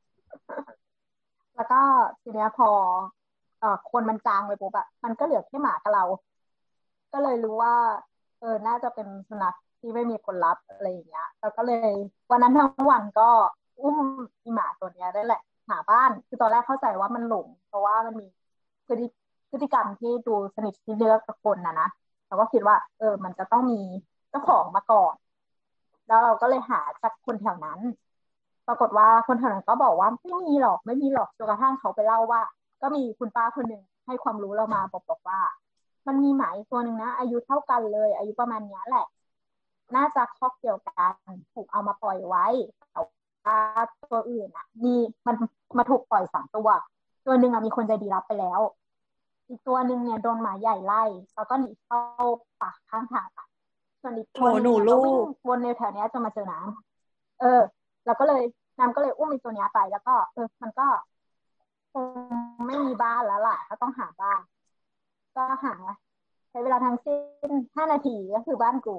แล้วก็ทีเนี้ยพอเอ่อคนมันจางไปปุ๊บอะมันก็เหลือแค่หมากับเรา ก็เลยรู้ว่า เออน่าจะเป็นสุนัขที่ไม่มีคนรับอะไรอย่างเงี้ยแล้วก็เลยวันนั้นทั้งวันก็อุ้มอีหมาตัวเนี้ยได้แหละหาบ้านคือตอนแรกเข้าใจว่ามันหลง เพราะว่ามันมีพฤติพฤติกรรมที่ดูสนิทที่เลือกกับคนนะนะเราก็คิดว่า เออ มันจะต้องมีเจ้าของมาก่อน แล้วเราก็เลยหาจากคนแถวนั้น ปรากฏว่าคนแถวนั้นก็บอกว่าไม่มีหรอกไม่มีหรอกจนกระทั่งเขาไปเล่าว่า ก็มีคุณป้าคนหนึ่งให้ความรู้เรามาบอกบอกว่า มันมีหมาอีกตัวหนึ่งนะอายุเท่ากันเลย อายุประมาณนี้แหละ น่าจะคอกเดียวกันถูกเอามาปล่อยไว้แต่ว่าตัวอื่นอ่ะ มีมันมาถูกปล่อยสองตัว ตัวหนึ่งอ่ะมีคนใจดีรับไปแล้ว อีกตัวหนึ่งเนี่ยโดนหมาใหญ่ไล่แล้วก็หนีเข้าป่าข้างทางอะส่วนอีกตัวหนึ่งเนี่ยก็วิ่งวนในแถวเนี้ยจนมาเจอน้ำเออ แล้วก็เลยน้ำก็เลยอุ้มอีกตัวเนี้ยไป แล้วก็ เออ มันก็คงไม่มีบ้านแล้วล่ะก็ต้องหาบ้าน ก็หาใช้เวลาทั้งสิ้นห้านาทีก็คือบ้านกู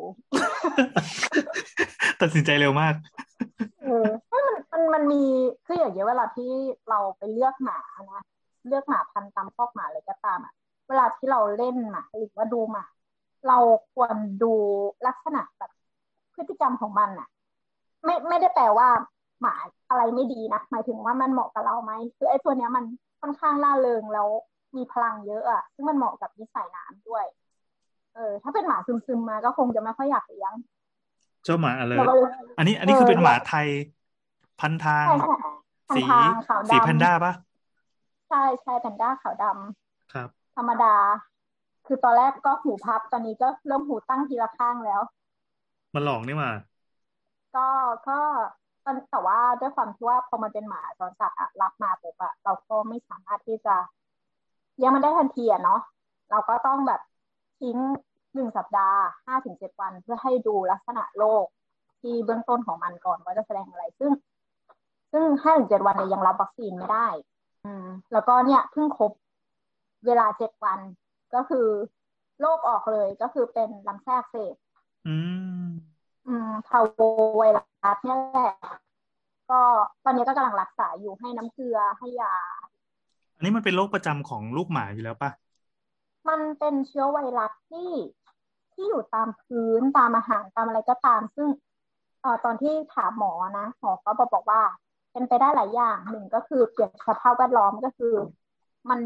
ตัดสินใจเร็วมากเออให้มันมันมันมีคืออย่างเงี้ยเวลาที่เราไปเลือกหมานะเลือกหมาพันธุ์ตามคอกหมาอะไรก็ตามอ่ะเวลาที่เราเล่นหมาหรือว่าดูหมาเราควรดูลักษณะแบบพฤติกรรมของมันอ่ะ ไม่ไม่ได้แปลว่าหมาอะไรไม่ดีนะหมายถึงว่ามันเหมาะกับเราไหมคือไอ้ตัวเนี้ยมันค่อนข้างล่าเริงแล้วมีพลังเยอะอ่ะซึ่งมันเหมาะกับนิสัยน้ำด้วย เออ ถ้าเป็นหมาซึมๆมาก็คงจะไม่ค่อยอยากเลี้ยงเจ้าหมาอะไรเราก็เลยอันนี้ อันนี้คือเป็นหมาไทย พันทางใช่ใช่พันสีทางขาวสีดำแพนด้าปะใช่ใช่แพนด้าขาวดครับำธรรมดา คือตอนแรกก็หูพับตอนนี้ก็เริ่มหูตั้งทีละข้างแล้วมันหลอกนี่หว่าก็ก็ตอนแต่ว่าด้วยความที่ว่าพอมันเป็นหมาจรจัดอะรับมาปุ๊บอะเราก็ไม่สามารถที่จะเลี้ยงมันได้ทันทีอะเนาะเราก็ต้องแบบทิ้งหนึ่งสัปดาห์ห้าถึงเจ็ดวันเพื่อให้ดูลักษณะโรคที่เบื้องต้นของมันก่อนว่าจะแสดงอะไร ซึ่ง ซึ่งห้าถึงเจ็ดวันเนี่ยยังรับวัคซีนไม่ได้ อืม แล้วก็เนี่ยเพิ่งครบเวลาเจ็ดวันก็คือโรคออกเลยก็คือเป็นลำไส้อักเสบอืมอืมพาโวไวรัสเนี่ยแหละก็ตอนนี้ก็กำลังรักษาอยู่ให้น้ำเกลือให้ยาอันนี้มันเป็นโรคประจำของลูกหมาอยู่แล้วปะมันเป็นเชื้อไวรัสที่ที่อยู่ตามพื้นตามอาหารตามอะไรก็ตาม ซึ่งเอ่อตอนที่ถามหมอนะหมอก็บอกบอกว่า เป็นไปได้หลายอย่างหนึ่งก็คือเปลี่ยนสภาพแวดล้อมก็คือ มัน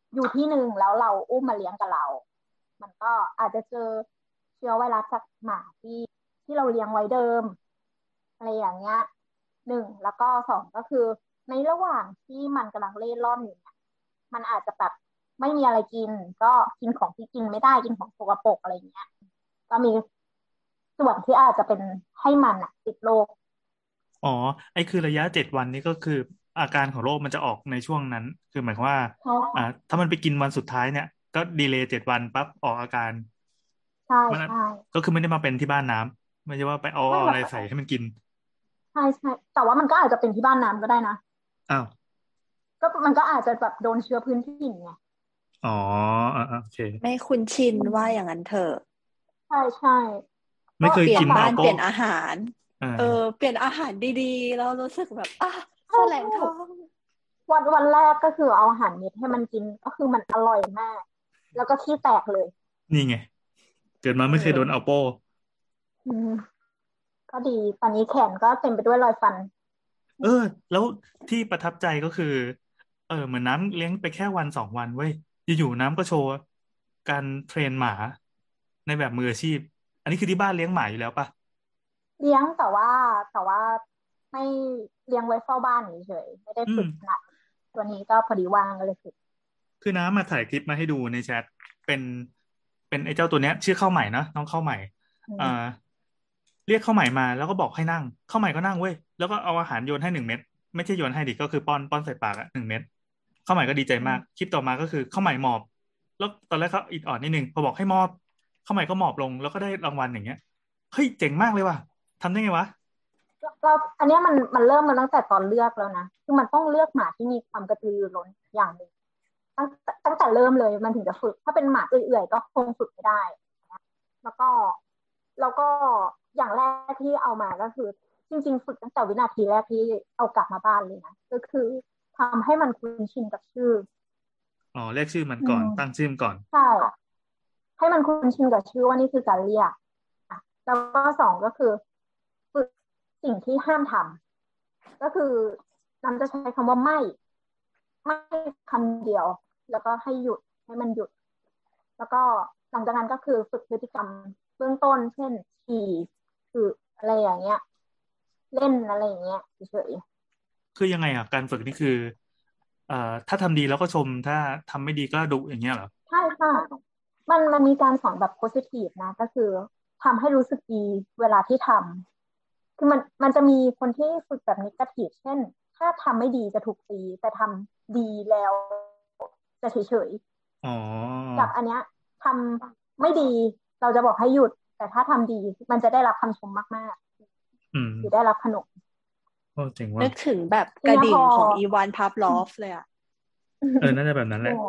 อยู่ที่หนึ่งแล้วเราอุ้มมาเลี้ยงกับเรามันก็อาจจะเจอเชื้อไวรัสจากหมาที่ที่เราเลี้ยงไว้เดิมอะไรอย่างเงี้ยหนึ่งแล้วก็สองก็คือในระหว่างที่มันกำลังเล่ร่อนอยู่เนี่ยมันอาจจะแบบไม่มีอะไรกินก็กินของที่กินไม่ได้กินของสกปรกอะไรเงี้ยก็มีส่วนที่อาจจะเป็นให้มันอะติดโรคอ๋อไอ้คือระยะเจ็ดวันนี้ก็คืออาการของโรคมันจะออกในช่วงนั้นคือหมายความว่าใช่อ่าค่ะถ้ามันไปกินวันสุดท้ายเนี่ยก็ดีเลย์เจ็ดวันปั๊บออกอาการใช่มันใช่ก็คือไม่ได้มาเป็นที่บ้านน้ำไม่ใช่ว่าไปเอาไม่แบบอะไรใส่ให้มันกินใช่ใช่แต่ว่ามันก็อาจจะเป็นที่บ้านน้ำก็ได้นะอ้าวก็มันก็อาจจะแบบโดนเชื้อพื้นถิ่นไงอ๋ออ่าอ่าโอเคไม่คุ้นชินอืว่าอย่างมนั้นเถอะใช่ใช่ก็ไม่เคยเปลี่ยนกินอัลโก้บ้านเปลี่ยนอาหารอ่าเออเปลี่ยนอาหารดีๆแล้วรู้สึกแบบอ่ะใช่แสลงใช่ท้องวันวันแรกก็คือเอาอาหารเม็ดให้มันกินก็คือมันอร่อยมากแล้วก็ขี้แตกเลยนี่ไงเกิดมาเอไม่เคยโดนอัอลโป้อืมก็ดีตอนนี้แขนก็เต็มไปด้วยรอยฟันเออแล้วที่ประทับใจก็คือเออเหมือนน้ำเลี้ยงไปแค่วันสองวันเว้ยอยู่ๆน้ำก็โชว์การเทรนหมาในแบบมืออาชีพอันนี้คือที่บ้านเลี้ยงหมาอยู่แล้วปะเลี้ยงแต่ว่าแต่ว่าไม่เลี้ยงไว้เฝ้าบ้านเฉยๆไม่ได้อืมฝึกขนาดตัวนี้ก็พอดีว่างก็เลยฝึกคือน้ามาถ่ายคลิปมาให้ดูในแชทเป็นเป็นไอ้เจ้าตัวเนี้ยชื่อข้าวใหม่นะน้องข้าวใหม่อ่าอืมเรียกข้าวใหม่มาแล้วก็บอกให้นั่งข้าวใหม่ก็นั่งเว้ยแล้วก็เอาอาหารโยนให้หนึ่งเม็ดไม่ใช่โยนให้ดิก็คือป้อนป้อนใส่ปากอะหนึ่งเม็ดข้าวใหม่ก็ดีใจมากอืมคลิปต่อมาก็คือข้าวใหม่หมอบแล้วตอนแรกเขาอิดออดนิดนึงพอบอกให้มอบข้าวใหม่ก็หมอบลงแล้วก็ได้รางวัลอย่างเงี้ยเฮ้ยเจ๋งมากเลยว่ะทำได้ไงวะเราอันเนี้ยมันมันเริ่มมาตั้งแต่ตอนเลือกแล้วนะคือมันต้องเลือกหมาที่มีความกระตือรือร้นอย่างหนึ่งตั้งตั้งแต่เริ่มเลยมันถึงจะฝึกถ้าเป็นหมาเอื่อยๆก็คงฝึกไม่ได้ แล้วก็แล้วก็อย่างแรกที่เอามาก็คือจริงๆฝึกตั้งแต่วินาทีแรกที่เอากลับมาบ้านเลยนะก็คือทำให้มันคุ้นชินกับชื่ออ๋อเรียกชื่อมันอืก่อนตั้งมชื่อมันก่อนใช่ให้มันคุ้นชินกับชื่อว่านี่คือการเรียกอ่ะแล้วก็สองก็คือฝึกสิ่งที่ห้ามทำก็คือน้ำจะใช้คำว่าไม่ไม่คำเดียวแล้วก็ให้หยุดให้มันหยุดแล้วก็หลังจากนั้นก็คือฝึกพฤติกรรมเบื้องต้นเช่นฉี่คืออะไรอย่างเงี้ยเล่นอะไรอย่างเงี้ยเฉยคือยังไงอ่ะการฝึกนี่คือเอ่อถ้าทำดีแล้วก็ชมถ้าทำไม่ดีก็ดุอย่างเงี้ยเหรอๆใช่ค่ะมันมันมีการสอนแบบโพซิทีฟนะก็คือทำให้รู้สึกดีเวลาที่ทำคือมันมันจะมีคนที่ฝึกแบบนิเกทีฟเช่นถ้าทำไม่ดีจะถูกตีแต่ทำดีแล้วจะเฉยอ๋อๆกับอันเนี้ยทำไม่ดีเราจะบอกให้หยุดแต่ถ้าทำดีมันจะได้รับคำชมมากอืมๆหรือได้รับขนมโอ้เจ๋งว่ะนึกถึงแบบทีเนี้ยพอกระดิ่งของอีวานพาฟลอฟเลยอะเออน่าจะแบบนั้นแหละ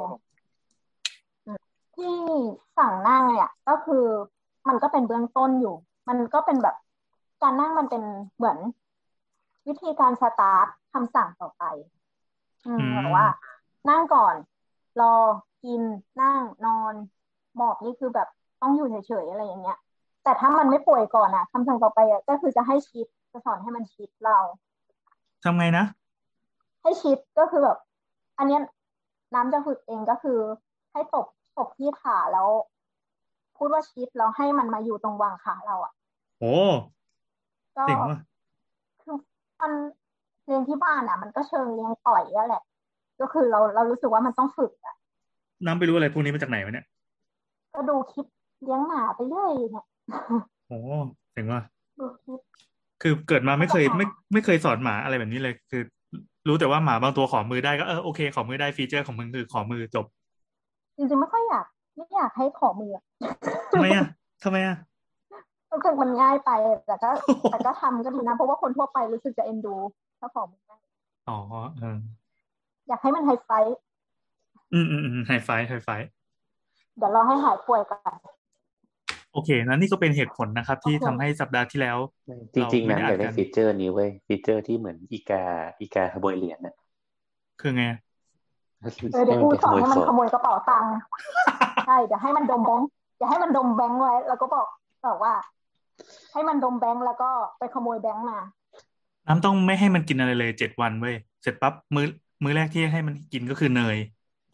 ที่สั่งนั่งเนี่ยก็คือมันก็เป็นเบื้องต้นอยู่มันก็เป็นแบบการนั่งมันเป็นเหมือนวิธีการสตาร์ทคำสั่งต่อไปอือืมแบบว่ามนั่งก่อนรอกินนั่งนอนหมอบนี่คือแบบต้องอยู่เฉยๆอะไรอย่างเงี้ยแต่ถ้ามันไม่ป่วยก่อนอ่ะคำสั่งต่อไปอ่ะก็คือจะให้ชิดจะสอนให้มันชิดเราทำไงนะให้ชิดก็คือแบบอันเนี้ยน้ำจะฝึกเองก็คือให้ตบตบที่ขาแล้วพูดว่าชิดแล้วให้มันมาอยู่ตรงวางขาเราอ่ะโอ้ก็เจ๋งว่ะคือมันเลี้ยงที่บ้านอ่ะมันก็เชิงเลี้ยงต่อยอะแหละก็คือเราเรารู้สึกว่ามันต้องฝึกอ่ะน้ำไปรู้อะไรพวกนี้มาจากไหนวะเนี่ยก็ดูคลิปเลี้ยงหมาไปเรื่อยเนี่ยโอ้เจ๋งว่ะดูคลิปคือเกิดมาก็จะหาไม่เคยไม่ไม่เคยสอนหมาอะไรแบบนี้เลยคือรู้แต่ว่าหมาบางตัวขอมือได้ก็เออโอเคขอมือได้ฟีเจอร์ของมึงคือขอมือจบจริงๆไม่ค่อยอยากไม่อยากให้ขอมืออะทำไมอ่ะทำไมอ่ะรู้สึกมันง่ายไปแต่ก็แต่ก็ทำก็ดีนะเพราะว่าคนทั่วไปรู้สึกจะเอ็นดูถ้าขอมือได้อ๋อเอออยากให้มันไฮไฟอืมอืมอืมไฮไฟไฮไฟเดี๋ยวรอให้หายป่วยก่อนโอเคนะนี่ก็เป็นเหตุผลนะครับโอเคที่ทำให้สัปดาห์ที่แล้วจเราริงๆไม่ได้อัดกันน้ำอยากได้ฟีเจอร์นี้เว้ยฟีเจอร์ที่เหมือนอีกาอีกาขโมยเหรียญน่ะคือไงเออให้เดี๋ยวมันไปขโมยกูสอนให้มันของขโมยกระเป๋าตังค์ใช่เดี๋ยวให้มันดมแบงค์เดี๋ยวให้มันดมแบงค์ไว้แล้วก็บอกบอกว่า ให้มันดมแบงค์แล้วก็ไปขโมยแบงค์มาน้ำต้องไม่ให้มันกินอะไรเลยเจ็ดวันเว้ยเสร็จปั๊บมื้อมื้อแรกที่ให้มันกินก็คือเนย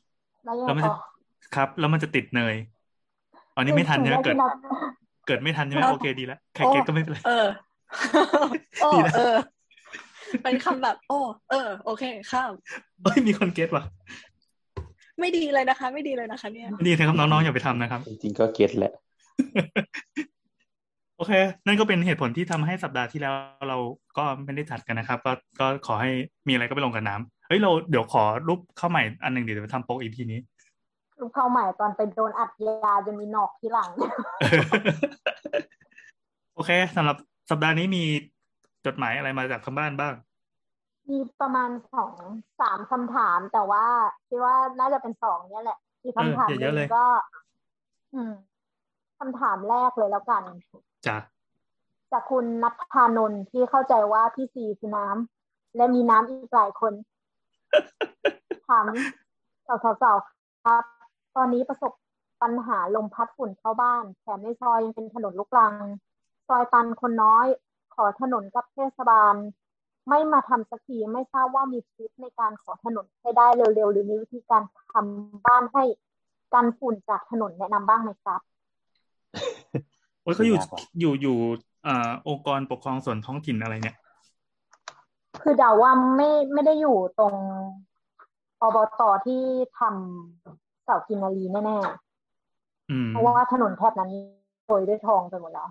แล้วยังแล้วมันต่จะอครับ แล้วมันจะติดเนยอันนี้คือไม่ทันถึงใช่ไหมได้เกิที่ดนับเกิดไม่ทันใช่ไหมเออโอเคดีแล้วใครโอ้เก็ตก็ไม่เป็นไรเออ โอ้ดีแล้วเออ เป็นคำแบบ โอ้ เออ โอเค ข้ามเอ้ยมีคนเก็ตว่ะไม่ดีเลยนะคะ ไม่ดีเลยนะคะ เนี่ยดีนะครับน้องๆอย่าไปทำนะครับจริงๆก็เก็ตแหละโอเค นั่นก็เป็นเหตุผลที่ทำให้สัปดาห์ที่แล้วเราก็ไม่ได้จัดกันนะครับ ก็ก็ขอให้มีอะไรก็ไปลงกับน้ำเฮ้ยเราเดี๋ยวขอรูปเข้าใหม่อันหนึ่งเดี๋ยวไปทำโป๊กอีพีนี้ลูกเข้าใหม่ตอนไปโดนอัดยาจะมีหนอกที่หลังโอเคสำหรับสัปดาห์นี้มีจดหมายอะไรมาจากทางบ้านบ้างมีประมาณสองสามคำถาม แต่ว่าคิดว่าน่าจะเป็นสองเนี่ยแหละอีกเออคำถามอย่าหเยนึ่อะงเลยก็ อืมคำถามแรกเลยแล้วกันจ้ะจากคุณณัฐธานนท์ที่เข้าใจว่าพี่ซีคือน้ำและมีน้ำอีกหลายคน ถามสาวๆครับ ตอนนี้ประสบปัญหาลมพัดฝุ่นเข้าบ้านแถมในซอยยังเป็นถนนลูกรัง ซอยตันคนน้อย ขอถนนกับเทศบาล ไม่มาทำสักทีไม่ทราบว่ามีทริคในการขอถนนให้ได้เร็วๆหรือมีวิธีการทำบ้านให้กันฝุ่นจากถนนแนะนำบ้างไหมครับโอ้ยเขาอยู่ไม่ยากหรอกอยู่อยู่อ่าองค์กรปกครองส่วนท้องถิ่นอะไรเนี่ยคือเดาว่าไม่ไม่ได้อยู่ตรงอบตที่ทำเสากินนารีแน่อืมๆเพราะว่าถนนแถบนั้นโรยด้วยทองไปหมดแล้ว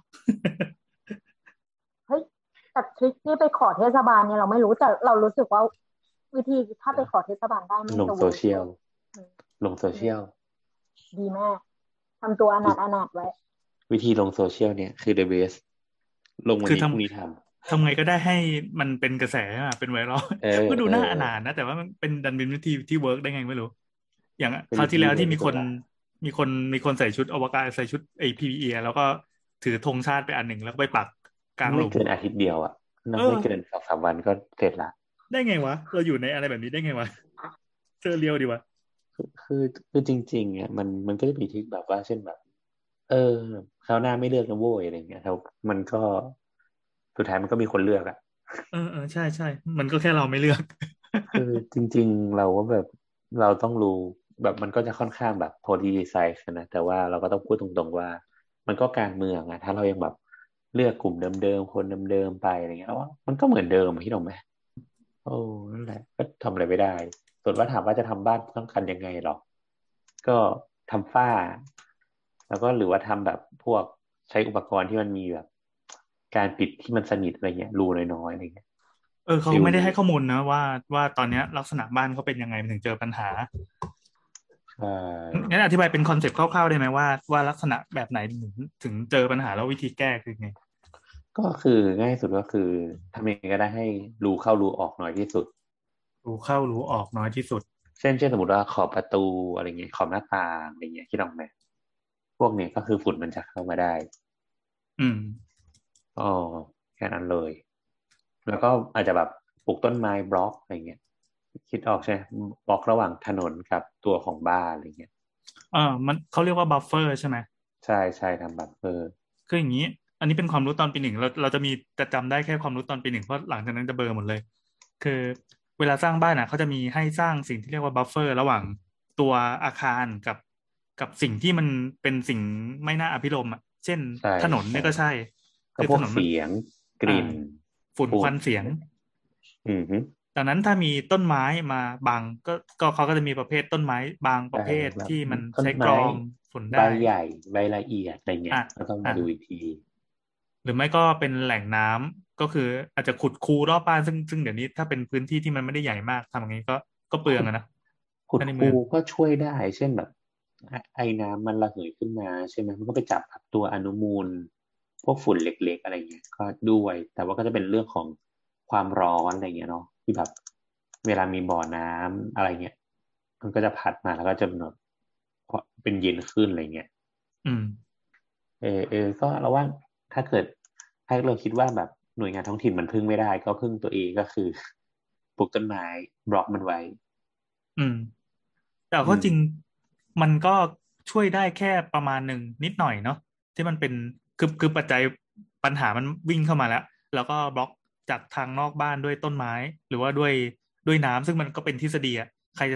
เฮ้ยแต่ทริคที่ไปขอเทศบาลเนี่ยเราไม่รู้แต่เรารู้สึกว่าวิธีถ้าไปขอเทศบาลได้มันลงจะโซเวิร์กเชียลอืมลงโซเชียลดีมากทำตัวอนาถอนาถไว้วิธีลงโซเชียลเนี่ยคือ the best ลงวันคือนี้ทำพรุ่งนี้ททำไงก็ได้ให้มันเป็นกระแสอะเป็นไวรัลำเออก็ดูเอน่าออนาถนะ แต่ว่ามันเป็นดันเป็นวิธีที่เวิร์กได้ไงไม่รู้ อย่างเป็นคราววิธีที่แล้วเวิร์ที่กมีที่คสุดนละมีคนมีคนใส่ชุดอวกาศใส่ชุดไอ พี พี อี แล้วก็ถือธงชาติไปอันหนึ่งแล้วก็ไปปักกลางหไม่ลุมเกินอาทิตย์เดียวอ่ะนะเออไม่เกินสองสามวันก็เสร็จละได้ไงวะ เราอยู่ในอะไรแบบนี้ได้ไงวะเจอเรียวดีวะคือคือคือจริงๆอ่ะมันมันก็จะมีทริคแบบว่าเช่นแบบ เออคราวหน้าไม่เลือกนะโว้ยอะไรเงี้ยแล้วมันก็สุดท้ายมันก็มีคนเลือกอ่ะเออเออใช่ใช่มันก็แค่เราไม่เลือกคือจริงๆเราก็แบบเราต้องรู้แบบมันก็จะค่อนข้างแบบ politicize นะแต่ว่าเราก็ต้องพูดตรงๆว่า มันก็การเมืองอะถ้าเรายังแบบเลือกกลุ่มเดิมๆคนเดิมๆไปอะไรเงี้ยแล้วว่ามันก็เหมือนเดิมพี่ถูกไหมโอ้นั่นแหละก็ทำอะไรไม่ได้ ส่วนว่าถามว่าจะทำบ้านต้องการยังไงหรอก็ทำฝ้า แล้วก็หรือว่าทำแบบพวกใช้อุปกรณ์ที่มันมีแบบ การปิดที่มันสนิทอะไรเงี้ยรูน้อยๆอะไรเงี้ยเออเขาฟิลไม่ได้นี้ให้ข้อมูลนะว่าว่าตอนเนี้ยลักษณะบ้านเขาเป็นยังไงมันถึงเจอปัญหาใช่งั้นอธิบายเป็นคอนเซ็ปต์คร่าวๆได้ไหมว่าว่าลักษณะแบบไหนถึงถึงเจอปัญหาแล้ววิธีแก้คือไงก็คือง่ายสุดก็คือทำยังไงก็ได้ให้รูเข้ารูออกน้อยที่สุดรูเข้ารูออกน้อยที่สุดเช่นเช่นสมมติว่าขอบประตูอะไรเงี้ยขอบหน้าต่างอะไรเงี้ยคิดออกไหมพวกเนี้ยก็คือฝุ่นมันจะเข้ามาได้อืมอ๋อแค่นั้นเลย แล้วก็อาจจะแบบปลูกต้นไม้บล็อกอะไรเงี้ยคิดออกใช่ไหมบล็อกระหว่างถนนกับตัวของบ้านอะไรเงี้ยเออมันเขาเรียกว่าบัฟเฟอร์ใช่ไหมใช่ใช่ทำบัฟเฟอร์คืออย่างนี้ อันนี้เป็นความรู้ตอนปีหนึ่งเราเราจะมีจะจำได้แค่ความรู้ตอนปีหนึ่งเพราะหลังจากนั้นจะเบลอหมดเลย คือเวลาสร้างบ้านอ่ะเขาจะมีให้สร้างสิ่งที่เรียกว่าบัฟเฟอร์ระหว่างตัวอาคารกับกับสิ่งที่มันเป็นสิ่งไม่น่าอภิรมย์อ่ะเช่นใช่ถนนเนี่ยก็ใช่ก็คือพวถกนนมันเสียงกลิ่นอ่าฝุ่นควันเสียงอือฮึดังนั้นถ้ามีต้นไม้มาบังก็ก็เขาก็จะมีประเภทต้นไม้บางประเภทแบบที่มันต้นใช้กไม้รองฝุ่นใบได้ใหญ่ใบละเอียดอะไรเงี้ยอ่ะก็ต้องมาอ่ะดูอีกทีหรือไม่ก็เป็นแหล่งน้ำก็คืออาจจะขุดคูรอบบ้านซึ่งซึ่งเดี๋ยวนี้ถ้าเป็นพื้นที่ที่มันไม่ได้ใหญ่มากทำอย่างนี้ก็ก็เปลืองอะนะขุดถ้าในคูเมืองก็ช่วยได้ เช่นแบบไอไอ้น้ำมันระเหยขึ้นมาใช่ไหมมันก็ไปจับกับตัวอนุมูล พวกฝุ่นเล็กๆอะไรเงี้ยก็ด้วย แต่ว่าก็จะเป็นเรื่องของความร้อนอะไรเงี้ยเนาะที่แบบเวลามีบ่อน้ำอะไรเงี้ยมันก็จะพัดมาแล้วก็จะแบบเป็นเย็นขึ้นอะไรเงี้ยอืมเออเออก็เราว่าถ้าเกิดถ้าเราคิดว่าแบบหน่วยงานท้องถิ่นมันพึ่งไม่ได้ ก็พึ่งตัวเองก็คือปลูกต้นไม้บล็อกมันไว้อืม แต่อืก็มจริงมันก็ช่วยได้แค่ประมาณหนึ่งนิดหน่อยเนาะที่มันเป็นคือคือปัจจัยปัญหามันวิ่งเข้ามาแล้ว แล้วก็บล็อกจากทางนอกบ้านด้วยต้นไม้ หรือว่าด้วยด้วยน้ำซึ่งมันก็เป็นทฤษฎีอะใครจะท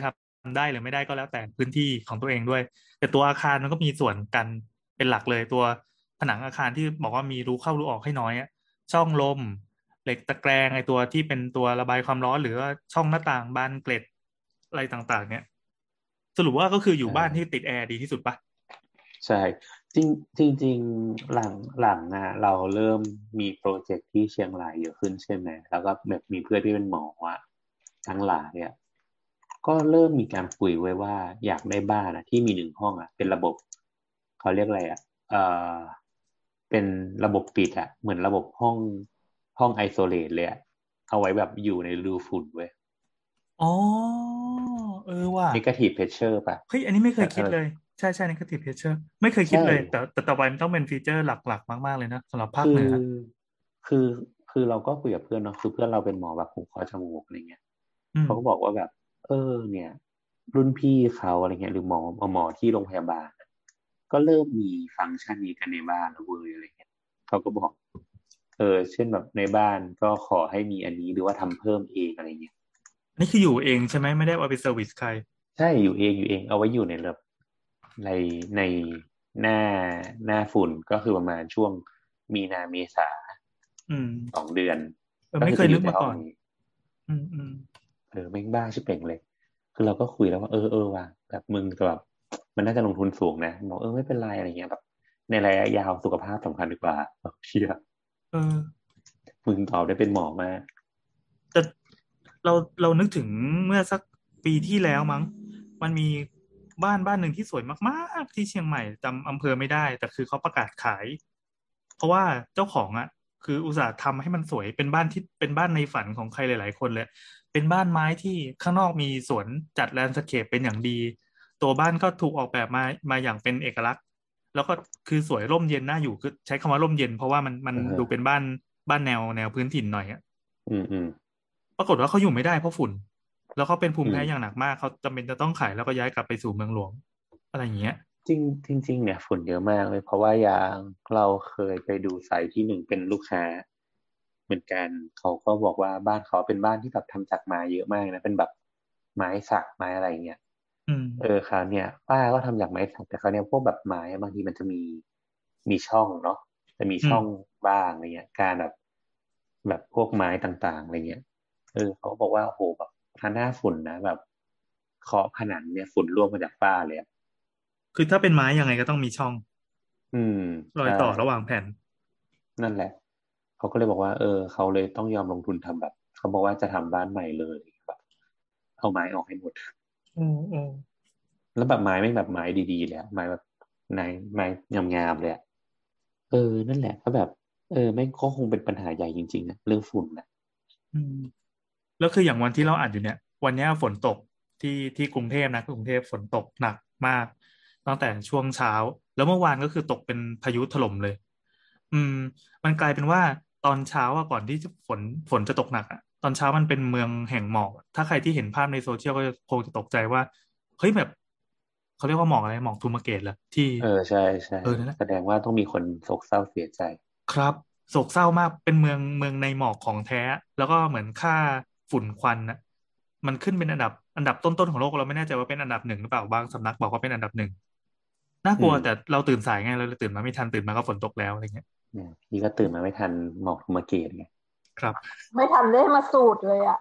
ำได้หรือไม่ได้ก็แล้วแต่พื้นที่ของตัวเองด้วยแต่ตัวอาคารมันก็มีส่วนกันเป็นหลักเลยตัวผนังอาคารที่บอกว่ามีรูเข้ารูออกให้น้อยอะช่องลมเหล็กตะแกรงไอตัวที่เป็นตัวระบายความร้อนหรือว่าช่องหน้าต่างบานเกล็ดอะไรต่างๆเนี่ยสรุปว่าก็คืออยู่บ้านที่ติดแอร์ดีที่สุดปะใช่จริงจริงจริงหลังหลังอ่ะเราเริ่มมีโปรเจกต์ที่เชียงรายเยอะขึ้นใช่ไหมแล้วก็แบบมีเพื่อนที่เป็นหมออ่ะทั้งหลายอ่ะก็เริ่มมีการคุยไว้ว่าอยากได้บ้านอ่ะที่มีหนึ่งห้องอ่ะเป็นระบบเขาเรียกอะไรอ่ะเอ่อเป็นระบบปิดอ่ะเหมือนระบบห้องห้องไอโซเลตเลยอ่ะเอาไว้แบบอยู่ในรูฝุ่นเว้ยอ๋อเออว่ะ negative pressure ป่ะเฮ้ยอันนี้ไม่เคแต่เออยคิดเลยใช่ใช่ negative pressure ไม่เคยคิดใช่เลยแต่แต่ต่อไปมันต้องเป็นฟีเจอร์หลักๆมากๆเลยนะสำหรับภาคคือเหนือคือคือเราก็คุยกับเพื่อนเนาะคือเพื่อนเราเป็นหมอแบบหูคอจมูกอะไรเงี้ยอืมเขาก็บอกว่าแบบเออเนี่ยรุ่นพี่เขาอะไรเงี้ยหรือหมอหมอที่โรงพยาบาลก็เริ่มมีฟังก์ชันนี้กันในบ้านแล้วเว้ยอะไรเงี้ยเขาก็บอกเออเช่นแบบในบ้านก็ขอให้มีอันนี้หรือว่าทำเพิ่มเองอะไรเงี้ยอันนี้คืออยู่เองใช่ไหมไม่ได้เอาไปเซอร์วิสใครใช่อยู่เองอยู่เองเอาไว้อยู่ในระบบในในหน้าหน้าฝุ่นก็คือประมาณช่วงมีนาเมษาอืมสองเดือนเออไม่เคยก็คือจะอยู่ในนึกมาก่อนห้องนี้อืมอืมเออแม่งบ้าชิบเป่งเลย คือเราก็คุยแล้วว่าเออเออว่ะแบบมึงก็แบบมันน่าจะลงทุนสูงนะบอกเออไม่เป็นไรอะไรเงี้ยแบบในระยะยาวสุขภาพสำคัญดีกว่าแบบเชื่อเออมึงตอบได้เป็นหมอมากแต่เราเรานึกถึงเมื่อสักปีที่แล้วมั้งมันมีบ้านบ้านหนึ่งที่สวยมากๆที่เชียงใหม่จำอำเภอไม่ได้แต่คือเขาประกาศขายเพราะว่าเจ้าของอ่ะคืออุตส่าห์ทำให้มันสวยเป็นบ้านที่เป็นบ้านในฝันของใครหลายๆคนเลยเป็นบ้านไม้ที่ข้างนอกมีสวนจัดแลนด์สเคปเป็นอย่างดีตัวบ้านก็ถูกออกแบบมามาอย่างเป็นเอกลักษณ์แล้วก็คือสวยร่มเย็นน่าอยู่คือใช้คำว่าร่มเย็นเพราะว่ามันมันเออดูเป็นบ้านบ้านแนวแนวพื้นถิ่นหน่อยอะอืมอืมปรากฏว่าเขาอยู่ไม่ได้เพราะฝุ่นแล้วเขาเป็นภูมิอืมแพ้อย่างหนักมากเขาจำเป็นจะต้องขายแล้วก็ย้ายกลับไปสู่เมืองหลวงอะไรอย่างเงี้ยจริงจริงจริงเนี่ยฝุ่นเยอะมากเลยเพราะว่าอย่างเราเคยไปดูไซต์ที่หนึ่งเป็นลูกค้าเหมือนกันเขาก็บอกว่าบ้านเขาเป็นบ้านที่แบบทำจากไม้เยอะมากนะเป็นแบบไม้สักไม้อะไรเงี้ยอืมเออคราวเนี่ยป้าก็ทำจากไม้สักแต่คราวเนี่ยพวกแบบไม้บางทีมันจะมีมีช่องเนาะจะมีอืมช่องบ้างอะไรเงี้ยการแบบแบบพวกไม้ต่างๆอะไรเงี้ยเออเขาบอกว่าโอ้โหแบบถ้าหน้าฝุ่นนะแบบเคาะผนังเนี่ยฝุ่นร่วงมาจากฝ้าเลยอะคือถ้าเป็นไม้ยังไงก็ต้องมีช่องอืมรอยใช่ต่อระหว่างแผ่นนั่นแหละเขาก็เลยบอกว่าเออเขาเลยต้องยอมลงทุนทำแบบเขาบอกว่าจะทำบ้านใหม่เลยแบบเอาไม้ออกให้หมดอืมอืมแล้วแบบไม้ไม่งแบบไม้ดีๆเลยอะไม้แบบไม้ไม้งามๆเลยอะเออนั่นแหละก็แบบเออแม่งก็คงเป็นปัญหาใหญ่จริงๆนะเรื่องฝุ่นนะอืมแล้วคืออย่างวันที่เราอัดอยู่เนี่ยวันเนี้ยฝนตกที่ที่กรุงเทพนะกรุงเทพฝนตกหนักมากตั้งแต่ช่วงเช้าแล้วเมื่อวานก็คือตกเป็นพายุถล่มเลยอืมมันกลายเป็นว่าตอนเช้าอะก่อนที่จะฝนฝนจะตกหนักอะตอนเช้ามันเป็นเมืองแห่งหมอกถ้าใครที่เห็นภาพในโซเชียลก็คงจะตกใจว่าเฮ้ยแบบเขาเรียกว่าหมอกอะไรหมอกทูมาเกตเหรอที่เออใช่ใช่เออนั่นแหละแสดงว่าต้องมีคนโศกเศร้าเสียใจครับโศกเศร้ามากเป็นเมืองเมืองในหมอกของแท้แล้วก็เหมือนค่าฝุ่นควันนะมันขึ้นเป็นอันดับอันดับต้นๆของโลกเราไม่แน่ใจว่าเป็นอันดับหนึ่งหรือเปล่าบางสำนักบอกว่าเป็นอันดับหนึ่งน่ากอืมลัวแต่เราตื่นสายไงเราเลยตื่นมาไม่ทันตื่นมาก็ฝนตกแล้วอะไรเงี้ยเนี่ยนี่ก็ตื่นมาไม่ทันหมอกทุมาเกตไงครับไม่ทันได้มาสูตรเลยอ่ะ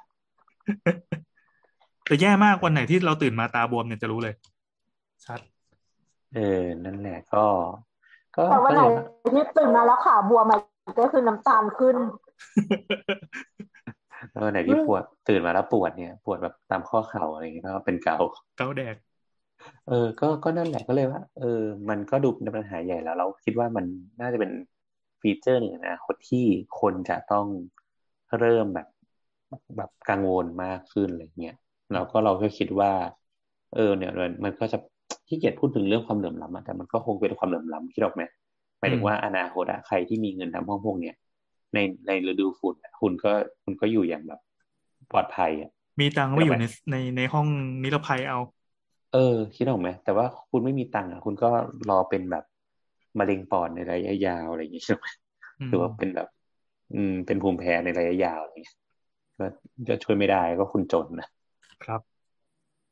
แต่แย่มากวันไหนที่เราตื่นมาตาบวมเนี่ยจะรู้เลยชัดเออนั่นแหละก็ก็แต่วันไหนก็เลยว่าที่ตื่นมาแล้วขาบวมอะก็คือน้ำตาลขึ้นเออไหนที่ปวดตื่นมาแล้วปวดเนี่ยปวดแบบตามข้อเข่าอะไรอย่างเงี้ยก็เป็นเกาเกาแดกเออก็ก็นั่นแหละก็เลยว่าเออมันก็ดูเป็นปัญหาใหญ่แล้วเราคิดว่ามันน่าจะเป็นฟีเจอร์หนึ่งนะคนที่คนจะต้องเริ่มแบบแบบกังวลมากขึ้นอะไรเงี้ยแล้วก็เราก็คิดว่าเออเนี่ยมันมันก็จะขี้เกียจพูดถึงเรื่องความเหลื่อมล้ำอะแต่มันก็คงเป็นความเหลื่อมล้ำคิดออกไหมหมายอืมถึงว่าอนาคตอะใครที่มีเงินทำห้องพวกเนี้ยในในฤดูฝุ่นอะคุณก็คุณก็อยู่อย่างแบบปลอดภัยอะมีตังค์คิดออกไหมไว้อยู่ในในในห้องนิรภัยเอาเออคิดออกไหมแต่ว่าคุณไม่มีตังค์อ่ะคุณก็รอเป็นแบบมะเร็งปอดในระยะยาวอะไรอย่างเงี้ยใช่ไหมอืมหรือว่าเป็นแบบอืมเป็นภูมิแพ้ในระยะยาวอะไรเงี้ยก็จะช่วยไม่ได้ก็คุณจนนะครับอื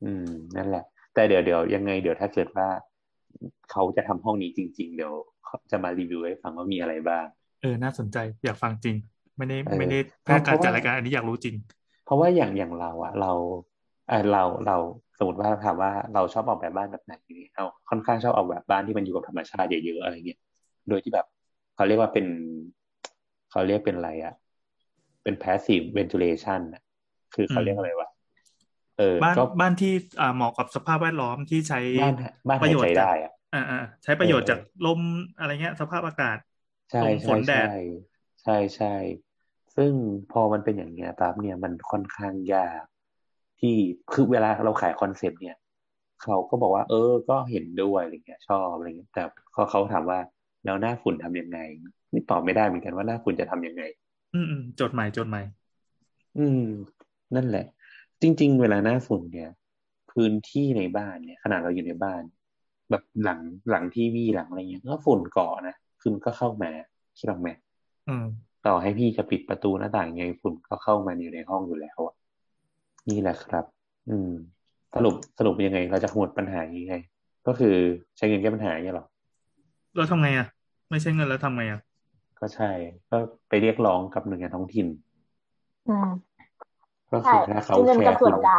อืมนั่นแหละแต่เดี๋ยวเดี๋ยวยังไงเดี๋ยวถ้าเกิดว่าเขาจะทำห้องนี้จริงๆเดี๋ยวเขาจะมารีวิวให้ฟังว่ามีอะไรบ้างเออน่าสนใจอยากฟังจริงไม่ได้เออไม่ได้เพเพื่อราะเพราะว่าการจัดรายการอันนี้อยากรู้จริงเพราะว่าอย่างอย่างเราอะเราเออเราเราสมมติว่าถามว่าเราชอบออกแบบบ้านแบบไหนเราค่อนข้างชอบออกแบบบ้านที่มันอยู่กับธรรมชาติเยอะๆอะไรเงี้ยโดยที่แบบเขาเรียกว่าเป็นเขาเรียกเป็นอะไรอะเป็น passive ventilation อะคือเขาอืมเรียกอะไรวะเออบ้านก็บ้านที่อ่าเหมาะกับสภาพแวดล้อมที่ใช้บ้านบ้านหายใจประโยชน์จากได้อะอ่าอ่าใช้ปเออระโยชน์เออจากลมอะไรเงี้ยสภาพอากาศใช่ลมฝใช่ใช่นแดดใช่ใช่ซึ่งพอมันเป็นอย่างเงี้ยปั๊บเนี่ยมันค่อนข้างยากที่คือเวลาเราขายคอนเซปต์เนี่ยเขาก็บอกว่าเออก็เห็นด้วยอะไรเงี้ยชอบอะไรเงี้ยแต่พอเขาถามว่าแล้วหน้าฝุ่นทำยังไงนี่ตอบไม่ได้เหมือนกันว่าหน้าฝุ่นจะทำยังไงอืมอืมจดใหม่จดใหม่อืมนั่นแหละจริงๆเวลาหน้าฝุ่นเนี่ยพื้นที่ในบ้านเนี่ยขนาดเราอยู่ในบ้านแบบหลังหลังทีวีหลังอะไรเงี้ยก็ฝุ่นเกาะนะคือมันก็เข้ามาคิดออกไหมอืมต่อให้พี่จะปิดประตูหน้าต่างยังไงฝุ่นก็เข้ามาอยู่ในห้องอยู่แล้วอะนี่แหละครับ อืมสรุปสรุปยังไงเราจะหมดปัญหายังไงก็คือใช้เงินแก้ปัญหาเนี่ยหรอแล้วทำไงอ่ะไม่ใช่เงินแล้วทำไงอ่ะก็ใช่ก็ไปเรียกร้องกับหน่วยงานท้องถิ่นอืมก็ใช่คือถ้าเขามีเงินกับส่แคร์คุณวนกลาง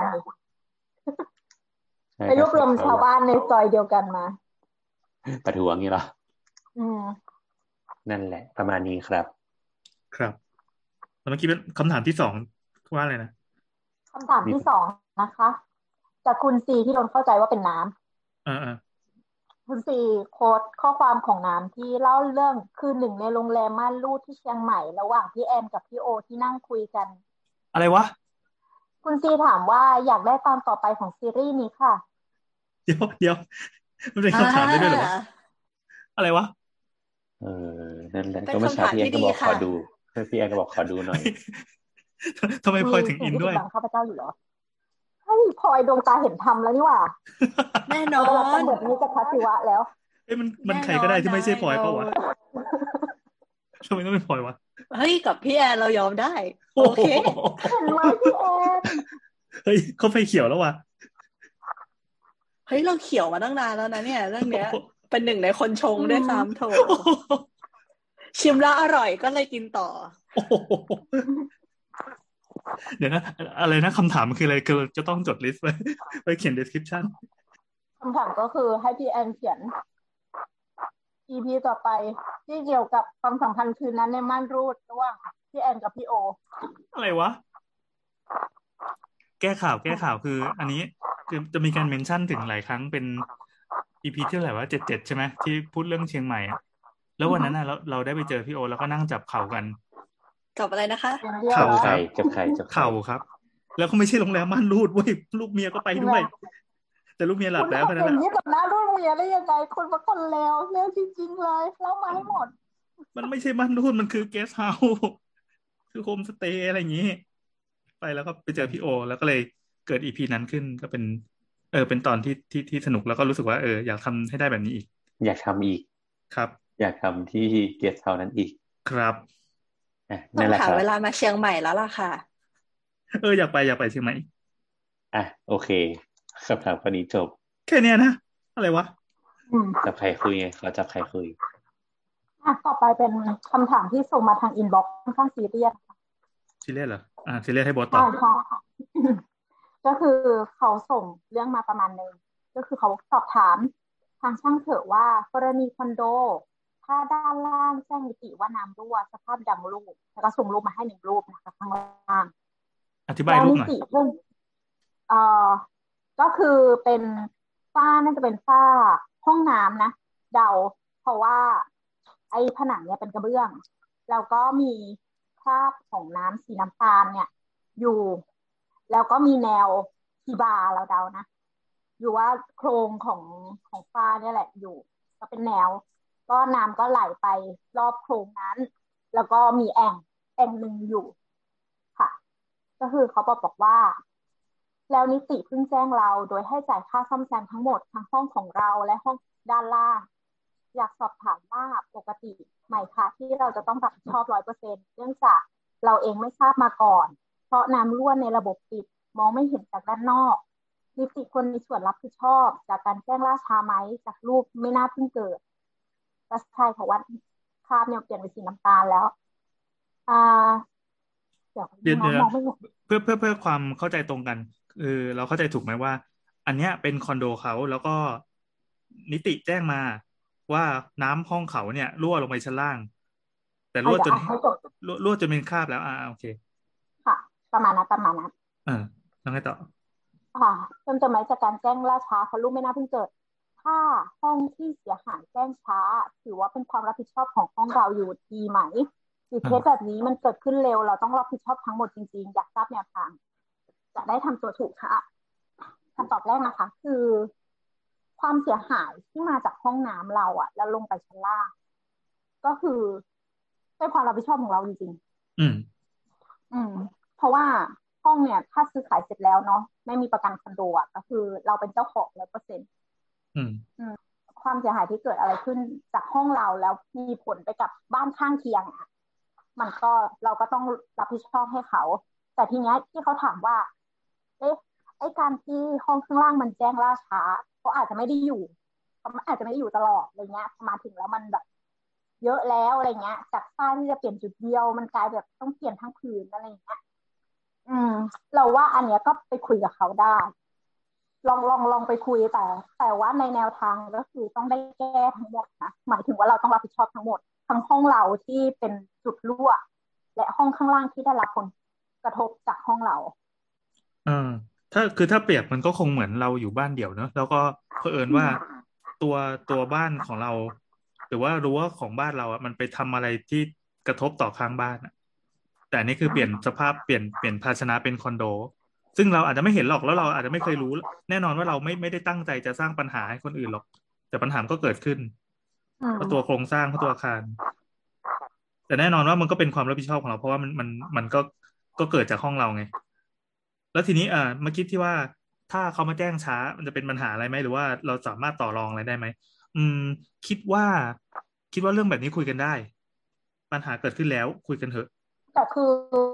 ใช่ไปรวบรถ้าเกิดเขาวมชาวบ้านในซอยเดียวกันมาประท้วงนี่หรออืมนั่นแหละประมาณนี้ครับครับแล้วเมื่อกี้เป็นคำถามที่สองว่าอะไรนะคำถามมีที่สองนะคะจากคุณซีที่โดนเข้าใจว่าเป็นน้อ่าอ่าำคุณซีโค้ดข้อความของน้ำที่เล่าเรื่องคือหนึ่งในโรงแรมม่านรูดที่เชียงใหม่ระหว่างพี่แอมกับพี่โอที่นั่งคุยกันอะไรวะคุณซีถามว่าอยากได้ตอนต่อไปของซีรีส์นี้ค่ะเดี๋ยวเดี๋ยวมันเป็นอ่คำถามได้ด้วยเหรอาวะอะไรวะเออนั่นแหละเป็นก็เมื่อเช้าคำถามที่พี่แอนก็ดีค่ะบอกขอดูพี่แอนก็บอกขอดูหน่อยทำไมพมีลอยถึงสิ่งอินด้วยที่ปิดบังข้าพเจ้าอยู่เหรอให้ยพลอยดวงตาเห็นธรรมแล้วนี่หว่าแน่นอเราได้รับนกำเนิดนี้จากพระศิวะแล้วเอ้ยมันมันแน่ใครนอนก็ได้ที่ไม่ใช่นายเราพลอยเปล่าวะทำไมต้องเป็นพลอยวะเฮ้ยกับพี่แอนเรายอมได้โอโอ้โหเคเห็นไหมพี่แอนเฮ้ยเขาไฟเขียวแล้ววะเฮ้ยเราเขียวมาตั้งนานแล้วนะเนี่ยเรื่องเนี้ยโอ้โหเป็นหนึ่งในคนชงอืด้วยมซ้ำโถชิมแล้วอร่อยก็เลยกินต่อโอ้โหเดี๋ยวนะอะไรนะคำถามมันคืออะไรคือจะต้องจดลิสต์ไว้ไว้เขียน description คำถามก็คือให้พี่แอนเขียน อี พี ต่อไปที่เกี่ยวกับความสัมพันธ์คืนนั้นในม่านรูดระหว่างพี่แอนกับพี่โออะไรวะแก้ข่าวแก้ข่าวคืออันนี้คือจะมีการเมนชั่นถึงหลายครั้งเป็น อี พี ที่เท่าไหร่ว่าเจ็ดเจ็ดใช่ไหมที่พูดเรื่องเชียงใหม่อะแล้ววันนั้นน่ะเราเราได้ไปเจอพี่โอแล้วก็นั่งจับเข่ากันกับอะไรนะคะอย่างเดียวเข่าเหรอจับไข่ครับจับไข่จับไข่เข่าครับแล้วก็ไม่ใช่โรงแรมม่านรูดเว้ยลูกเมียก็ไปคุณแม่ด้วยแต่ลูกเมียหลัคุณบแล้วแค่ทำอย่างนั้นแหละนี้กับน้ารุ่นเมียได้ยังไงคุณเป็นคนเลวเลวจริงๆเลยเล่ามาให้หมดมันไม่ใช่ม่านรูดมันคือเกสต์เฮาส์คือโฮมสเตย์อะไรอย่างนี้ไปแล้วก็ไปเจอพี่โอแล้วก็เลยเกิดอีพีนั้นขึ้นก็เป็นเออเป็นตอนที่ที่ที่สนุกแล้วก็รู้สึกว่าเอออยากทำให้ได้แบบนี้อีกอยากทำอีกครับอยากทำที่เกสต์เฮาส์นั้นอีกครับอ่ะต้องนั่นแหละครับหาเวลามาเชียงใหม่แล้วล่ะค่ะเอออยากไปอยากไปเชียงใหม่อ่ะโอเคคำถามข้อนี้จบแค่เนี้ยนะอะไรวะอืมจับใครคุยไงเขาจับใครคุยอ่ะต่อไปเป็นคำถามที่ส่งมาทางอินบ็อกซ์ค่อนข้างซีเรียสซีเรียสเหรออ่าซีเรียสให้บอสตอใช่บใช่ก็คือเขาส่งเรื่องมาประมาณนึงก็คือเขาสอบถามทางช่างเถอะว่ากรณีคอนโดถ้าด้านล่างแจ้งนิติว่าน้ำรั่วสภาพดังรูปแล้วก็ส่งรูปมาให้หนึ่งรูปนะคะข้างล่างอธิบายแล้วรูปหน่อยนิติเพิ่งเอ่อก็คือเป็นฝ้าน่าจะเป็นฝ้าห้องน้ำนะเดาเพราะว่าไอ้ผนังเนี่ยเป็นกระเบื้องแล้วก็มีคราบของน้ำสีน้ำตาลเนี่ยอยู่แล้วก็มีแนวทีบาร์เราเดานะอยู่ว่าโครงของของฝ้าเนี่ยแหละอยู่ก็เป็นแนวก็น้ำก็ไหลไปรอบโครงนั้นแล้วก็มีแอ่งแอ่งหนึ่งอยู่ค่ะก็คือเขาบอกบอกว่าแล้วนิติเพิ่งแจ้งเราโดยให้จ่ายค่าซ่อมแซมทั้งหมดทั้งห้องของเราและห้องด้านล่างอยากสอบถามว่าปกติไหมคะที่เราจะต้องรับผิดชอบร้อยเปอร์เซ็นต์เนื่องจากเราเองไม่ทราบมาก่อนเพราะน้ำรั่วในระบบปิดมองไม่เห็นจากด้านนอกนิติคนมีส่วนรับผิดชอบจากการแจ้งล่าช้าไหมจากรูปไม่น่าเพิ่งเกิดก็ใช่เพราะว่าภาพเนี่ยเปลี่ยนเป็นสีน้ำตาลแล้วอ่าเดี๋ยวเดี๋ยวน้องเดี๋ยวมองไม่เห็นเพื่อเพื่อเพื่อความเข้าใจตรงกันคือเราเข้าใจถูกไหมว่า อันเนี้ยเป็นคอนโดเขาแล้วก็นิติแจ้งมาว่าน้ำห้องเขาเนี่ยรั่วลงไปชั้นล่าง แต่รั่วจนเอาให้จบรั่วรั่วจนเป็นคราบแล้วอ่าโอเคค่ะ ประมาณนั้นประมาณนั้นเออแล้วไงต่อค่ะจนจะหมายจากการแจ้งล่าช้าเพราะลูกไม่น่าเพิ่งเกิด ถ้าห้องที่เสียหายแจ้งช้าถือว่าเป็นความรับผิดชอบของห้องเราอยู่ดีไหมหรือเคสแบบนี้มันเกิดขึ้นเร็วเราต้องรับผิดชอบทั้งหมดจริงๆอยากทราบแนวทางจะได้ทำตัวถูกค่ะคำตอบแรกนะคะ คือ ความเสียหายที่มาจากห้องน้ำเราอะแล้วลงไปชั้นล่างก็คือเป็นความรับผิดชอบของเราจริงๆอืมอืม เพราะว่าห้องเนี่ยถ้าซื้อขายเสร็จแล้วเนาะไม่มีประกันคอนโดอ่ะก็คือเราเป็นเจ้าของร้อยเปอร์เซ็นต์อืมความเสียหายที่เกิดอะไรขึ้นจากห้องเราแล้วมีผลไปกับบ้านข้างเคียงอ่ะมันก็เราก็ต้องรับผิดชอบให้เขา แต่ทีเนี้ยที่เขาถามว่าเอ๊ะไอ้การที่ห้องข้างล่างมันแจ้งล่าช้าเขาอาจจะไม่ได้อยู่เขาอาจจะไม่ได้อยู่ตลอดอะไรเงี้ยมาถึงแล้วมันแบบ เยอะแล้วอะไรเงี้ยจากฝ้าที่จะเปลี่ยนจุดเดียวมันกลายแบบต้องเปลี่ยนทั้งผืนอะไรอย่างเงี้ยอืม เราว่าอันเนี้ยก็ไปคุยกับเขาได้ ลองลองลองไปคุยแต่ แต่ว่าในแนวทางก็คือต้องได้แก้ทั้งหมดนะหมายถึงว่าเราต้องรับผิดชอบทั้งหมดทั้งห้องเราที่เป็นจุดรั่วและห้องข้างล่างที่ได้รับผลกระทบจากห้องเราเออถ้าคือถ้าเปรียบมันก็คงเหมือนเราอยู่บ้านเดี่ยวเนอะแล้วก็เผอิญว่าตัวตัวบ้านของเรา หรือว่ารั้วของบ้านเราอ่ะมันไปทำอะไรที่กระทบต่อข้างบ้านอ่ะแต่นี่คือเปลี่ยนสภาพเปลี่ยนเปลี่ยนภาชนะเป็นคอนโด ซึ่งเราอาจจะไม่เห็นหรอกแล้วเราอาจจะไม่เคยรู้ แน่นอนว่าเราไม่ไม่ได้ตั้งใจจะสร้างปัญหาให้คนอื่นหรอก แต่ปัญหาก็เกิดขึ้นอืมเพราะตัวโครงสร้างเพราะตัวอาคาร แต่แน่นอนว่ามันก็เป็นความรับผิดชอบของเราเพราะว่ามันมันมันก็ก็เกิดจากห้องเราไง แล้วทีนี้เอ่อเมื่อกี้ที่ว่าถ้าเขามาแจ้งช้ามันจะเป็นปัญหาอะไรไหมหรือว่าเราสามารถต่อรองอะไรได้ไหมอืม คิดว่า คิดว่าเรื่องแบบนี้คุยกันได้ ปัญหาเกิดขึ้นแล้วคุยกันเถอะแต่คือ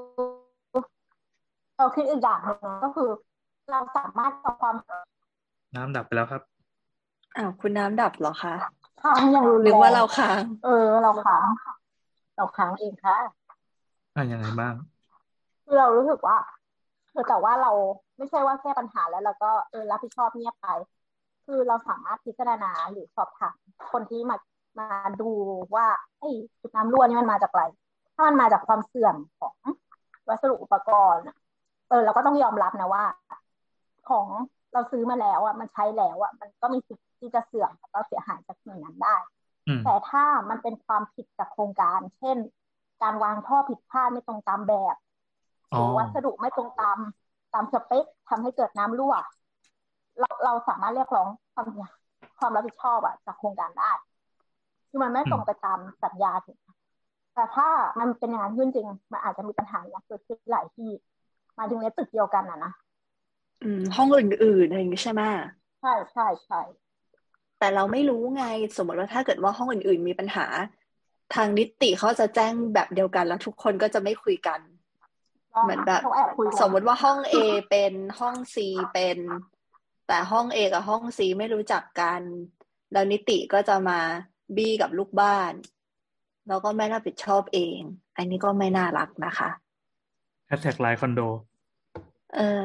เราคิดอีกอย่างหนึ่งนะก็คือ เราสามารถต่อความน้ำดับไปแล้วครับอ้าวคุณน้ำดับเหรอคะค้างอย่างรุนหรืแรอว่าง เราค้างเออ เราค้างเราค้างเองค่ะอ่ะยังไงบ้างคือเรารู้สึกว่าคือแต่ว่าเราไม่ใช่ว่าแก้ปัญหาแล้วเราก็เออรับผิดชอบเงียบไป คือเราสามารถพิจารณาหรือสอบถามคนที่มามาดูว่าไอ้จุดน้ำรั่วนี่มันมาจากอะไร ถ้ามันมาจากความเสื่อมของวัสดุอุปกรณ์อะเออเราก็ต้องยอมรับนะว่า ของเราซื้อมาแล้วอ่ะมันใช้แล้วอ่ะมันก็มีสิทธิ์ที่จะเสื่อมแล้วก็เสียหายจากสิ่งนั้นได้อืมแต่ถ้ามันเป็นความผิดจากโครงการ เช่น การวางท่อผิดพลาดไม่ตรงตามแบบหอ๋อรือวัสดุไม่ตรงตามตามสเปคทำให้เกิดน้ำรั่ว เราเราสามารถเรียกร้องความความรับผิดชอบอะจากโครงการได้คือมันไม่อืตรมงไปตามสัญญาถูกไหมแต่ถ้ามันเป็นอย่างนั้นขึ้นจริงมันอาจจะมีปัญหาอย่างเกิดขึ้นหลายที่หมายถึงในตึกเดียวกันอะนะอืม ห้องอื่นๆอะไรอย่างนี้ใช่ไหมใช่ใช่ใช่แต่เราไม่รู้ไง สมมติว่าถ้าเกิดว่าห้องอื่นๆมีปัญหา ทางนิติเขาจะแจ้งแบบเดียวกัน แล้วทุกคนก็จะไม่คุยกันลองเหมือนแบบเขาแอบคุยสกัมนมติว่าห้อง A เป็นห้อง C เป็น แต่ห้อง A กับห้อง C ไม่รู้จักกัน แล้วนิติก็จะมาบี้กับลูกบ้าน แล้วก็ไม่รับผิดชอบเอง อันนี้ก็ไม่น่ารักนะคะแฮชแท็กไลน์คอนโดเออ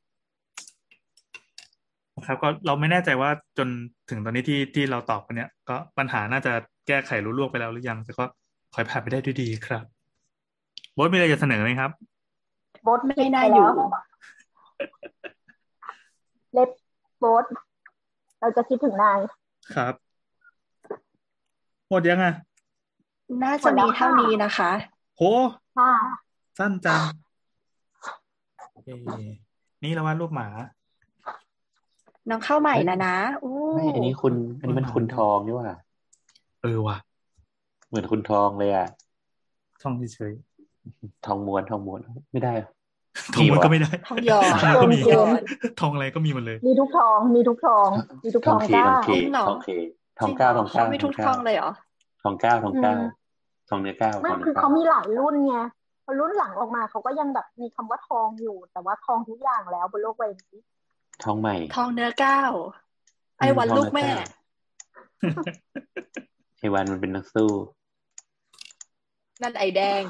ครับก็เราไม่แน่ใจว่าจนถึงตอนนี้ที่ที่เราตอบกันเนี่ย ก็ปัญหาน่าจะแก้ไขรู้ล่วงไปแล้วหรือยังแต่ก็ขอให้ผ่านไปได้ด้วยดีครับโบ๊ทมีอะไรจะเสนอไหมครับโบ๊ทไม่ปิดน่าไปอแล้ยู่ว เล็บโบ๊ทเราจะคิดถึงนายครับ หมดยังอ่ะน่าหมจะดแล้มีวเท่าค่ะนี้นะคะโหค่ะสั้นจังเอนี่เราวาดรูปหมาน้องเข้าใหม่เฮ้ยนะนะอู้ไม่อันนี้คุณ อันนี้มันโอ้ยคุณทองนี่หว่าเออว่ะเหมือนคุณทองเลยอ่ะท่องเฉยทองม้วนทองม้วนไม่ได้เหรอๆทองมีมันวะก็ไม่ได้ทองหยอดทองมันก็มีเกินทองอะไรก็มีหมดเลยมีทุกทอง มีทุกทอง มีทุกททออง งเคจ้าทองเคจริงเหรอทองเคทจองริงเหรเก้าอทองเขาเก้ามีททุองกทเก้าองเลยเหรอทองเก้าทองอืเก้าม ทองเนื้อเก้าทไม่องเนื้คือ อเก้าเขามีหลายรุ่นไงพอรุ่นหลังออกมาเขาก็ยังแบบมีคำว่าทองอยู่ แต่ว่าทองทุกอย่างแล้วบนโลกใบนี้ทองใหม่ทองเนื้อก้าวไอ้วันลูกแม่ไอ้วันมันเป็นนักสู้นั่นไอ้แดง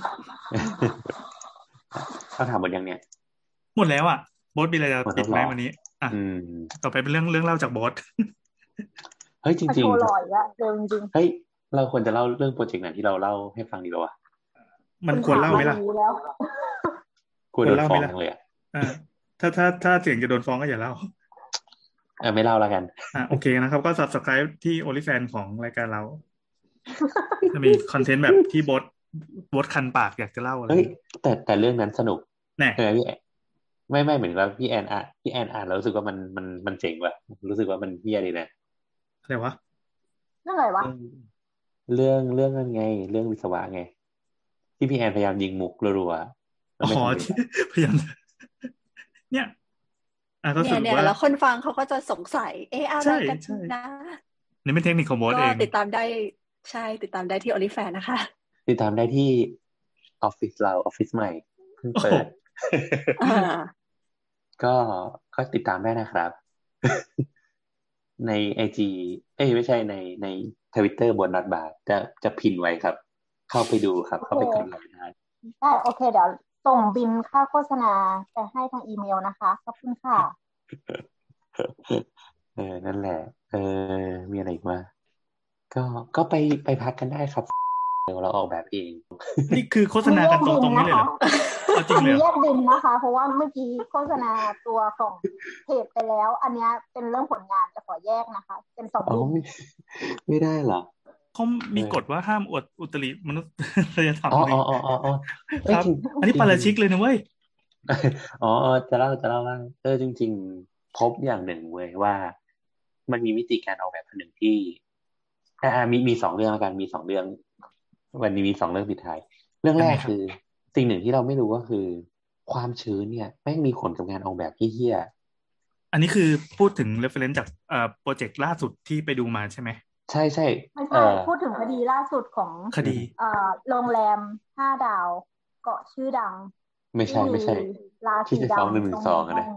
เขาถามหมดยังเนี่ยหมดแล้วอ่ะโบ๊ทมีอะไรจะติดไหมวันนี้อ่ะต่อไปเป็นเรื่องเรื่องเล่าจากโบ๊ทเฮ้ยจริงๆโชว์ลอยอะเดิมจริงเฮ้ยเราควรจะเล่าเรื่องโปรเจกต์ไหนที่เราเล่าให้ฟังดีกว่ามันควรเล่าไหมล่ะควรโดนฟ้องเลยอ่ะถ้าถ้าถ้าเสียงจะโดนฟ้องก็อย่าเล่าเออไม่เล่าแล้วกันอ่ะโอเคนะครับก็ Subscribe ที่ OnlyFans ของรายการเราจะมีคอนเทนต์แบบที่โบ๊ทโบ๊ทคันปากอยากจะเล่าอะไรเฮ้ยแต่แต่เรื่องนั้นสนุกแน่เออพี่ไม่ไม่เหมือนว่าพี่แอนอ่ะพี่แอนอ่านแล้วรู้สึกว่ามันมันมันเจ๋งว่ะรู้สึกว่ามันเฮี้ยดีนะอะไรวะเรื่องอะไรวะเรื่องเรื่องนั้นไงเรื่องวิศวะไงที่พี่แอนพยายามยิงมุกรัวๆอ๋อพยายามเนี่ยอ่ะก็เนี่ยเนี่ยแล้วคนฟังเขาก็จะสงสัยเอ๊ะอะไรกันนะนี่เป็นเทคนิคของโบ๊ทเองก็ติดตามได้ใช่ติดตามได้ที่ OnlyFans นะคะติดตามได้ที่ออฟฟิศเราออฟฟิศใหม่เพิ่งเปิดก็ก็ติดตามได้นะครับใน ไอ จี เอ้ยไม่ใช่ในใน Twitter บนนัดบาร์จะจะพินไว้ครับเข้าไปดูครับเข้าไปกดไลค์ได้ได้โอเคเดี๋ยวส่งบินค่าโฆษณาไปให้ทางอีเมลนะคะขอบคุณค่ะเออนั่นแหละเออมีอะไรอีกวะก็ก็ไปไปพักกันได้ครับเดี๋ยวเราออกแบบเองนี่คือโฆษณากันตรงๆนี้เลยเหรอจริงเลยแยกบินนะคะเพราะว่าเมื่อกี้โฆษณาตัวของเพจไปแล้วอันนี้เป็นเรื่องผลงานจะขอแยกนะคะเป็นสองบินไม่ได้เหรอเขามีกฎว่าห้ามอวดอุตริมนุษยธรรมอ๋ออ๋ออ๋อครับอันนี้ปาราชิกเลยนะเว้ยอ๋อจะเล่าจะเล่าว่าเออจริงๆพบอย่างหนึ่งเว้ยว่ามันมีวิธีการออกแบบผนึงที่อ่ามีมีสองเรื่องแล้วกันมีสองเรื่องวันนี้มีสองเรื่องปิดท้ายเรื่องแรกคือสิ่งหนึ่งที่เราไม่รู้ก็คือความชื้นเนี่ยแม่งมีผลกับงานออกแบบที่เหี้ยอันนี้คือพูดถึง reference จากเอ่อโปรเจกต์ล่าสุดที่ไปดูมาใช่ไหมใช่ใช่ไม่ใช่พูดถึงคดีล่าสุดของคดีเอ่อโรงแรมห้าดาวเกาะชื่อดังไม่ใช่ไม่ใช่ที่จะฟ้องหนึ่งหนึ่งสองนะ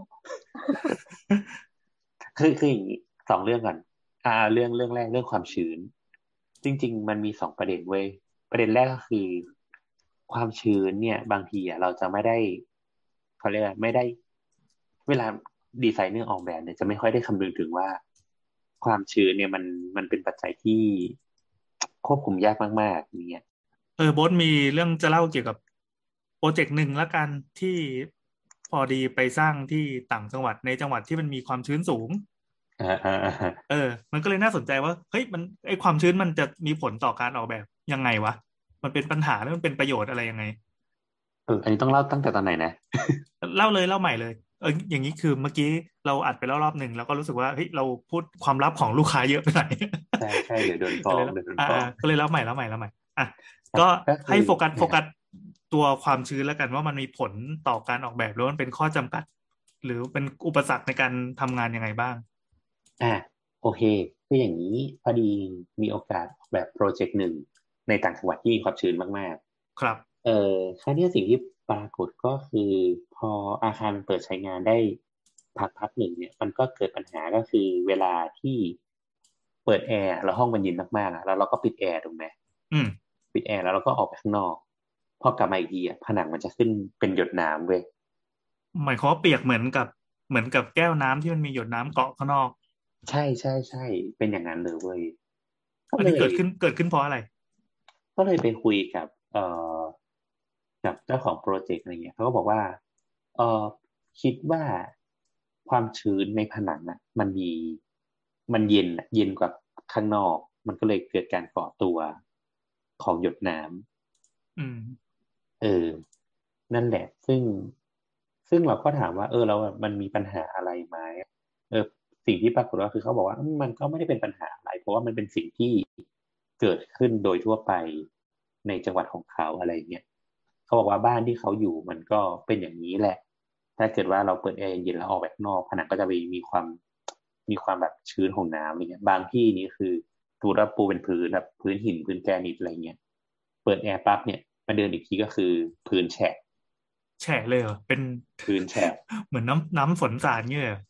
คือคืออย่างนี้สองเรื่องก่อนอ่าเรื่องเรื่องแรกเรื่องความชื้นจริงๆมันมีสองประเด็นเว้ยประเด็นแรกก็คือความชื้นเนี่ยบางทีอ่ะเราจะไม่ได้เขาเรียกว่าไม่ได้เวลาดีไซเนอร์ออกแบบเนี่ยจะไม่ค่อยได้คำนึงถึงว่าความชื้นเนี่ยมันมันเป็นปัจจัยที่ควบคุมยากมากๆอย่างเงี้ยเออโบ๊ทมีเรื่องจะเล่าเกี่ยวกับโปรเจกต์หนึ่งละกันที่พอดีไปสร้างที่ต่างจังหวัดในจังหวัดที่มันมีความชื้นสูงเออมันก็เลยน่าสนใจว่าเฮ้ยมันไอความชื้นมันจะมีผลต่อการออกแบบยังไงวะมันเป็นปัญหาแล้วมันเป็นประโยชน์อะไรยังไงเอออันนี้ต้องเล่าตั้งแต่ตอนไหนนะเล่าเลยเล่าใหม่เลยเอออย่างนี้คือเมื่อกี้เราอัดไปแล้วรอบหนึ่งแล้วก็รู้สึกว่าเฮ้ยเราพูดความลับของลูกค้าเยอะไปหน่อยใช่ใช่เดี๋ยวโดนฟ้องเดี๋ยวโดนฟ้องก็เลยเล่าใหม่เล่าใหม่เล่าใหม่อ่ะก็ให้โฟกัสโฟกัสตัวความชื้นแล้วกันว่ามันมีผลต่อการออกแบบแล้วมันเป็นข้อจำกัดหรือเป็นอุปสรรคในการทำงานยังไงบ้างอ่ะโอเคคืออย่างนี้พอดีมีโอกาสออกแบบโปรเจกต์หนึ่งในต่างจังหวัดที่มีความชื้นมากๆครับเออครั้งนี้สิ่งที่ปรากฏก็คือพออาคารเปิดใช้งานได้พักพักหนึ่งเนี่ยมันก็เกิดปัญหาก็คือเวลาที่เปิดแอร์แล้วห้องมันเย็นมากๆอ่ะแล้วเราก็ปิดแอร์ถูกไหมอืมปิดแอร์แล้วเราก็ออกไปข้างนอกพอกลับมาอีกทีอ่ะผนังมันจะขึ้นเป็นหยดน้ำเว้ยหมายความว่าเปียกเหมือนกับเหมือนกับแก้วน้ำที่มันมีหยดน้ำเกาะข้างนอกใช่ใช่ใช่เป็นอย่างนั้นเลยเว้ยอันนี้เกิดขึ้นเกิดขึ้นเพราะอะไรก็เลยไปคุยกับเอ่อกับเจ้าของโปรเจกต์อะไรเงี้ยเขาก็บอกว่าเออคิดว่าความชื้นในผนังอ่ะมันมีมันเย็นเย็นกว่าข้างนอกมันก็เลยเกิดการเกาะตัวของหยดน้ำอืมเออนั่นแหละซึ่งซึ่งเราก็ถามว่าเออแล้วมันมีปัญหาอะไรไหมเออสิ่งที่ปรากฏว่าคือเขาบอกว่ามันก็ไม่ได้เป็นปัญหาอะไรเพราะว่ามันเป็นสิ่งที่เกิดขึ้นโดยทั่วไปในจังหวัดของเขาอะไรเงี้ยเขาบอกว่าบ้านที่เขาอยู่มันก็เป็นอย่างนี้แหละถ้าเกิดว่าเราเปิดแอร์เย็นแล้วออกแบบนอกผนังก็จะมีมีความมีความแบบชื้นของน้ำอะไรเงี้ยบางที่นี่คือตูระปูเป็นพื้นแบบพื้นหินพื้นแกรนิตอะไรเงี้ยเปิดแอร์ปั๊บเนี่ยมาเดินอีกทีก็คือพื้นแฉะแฉะเลยเหรอเป็นพื้นแฉะเหมือนน้ำน้ำฝนสาดเงี้ย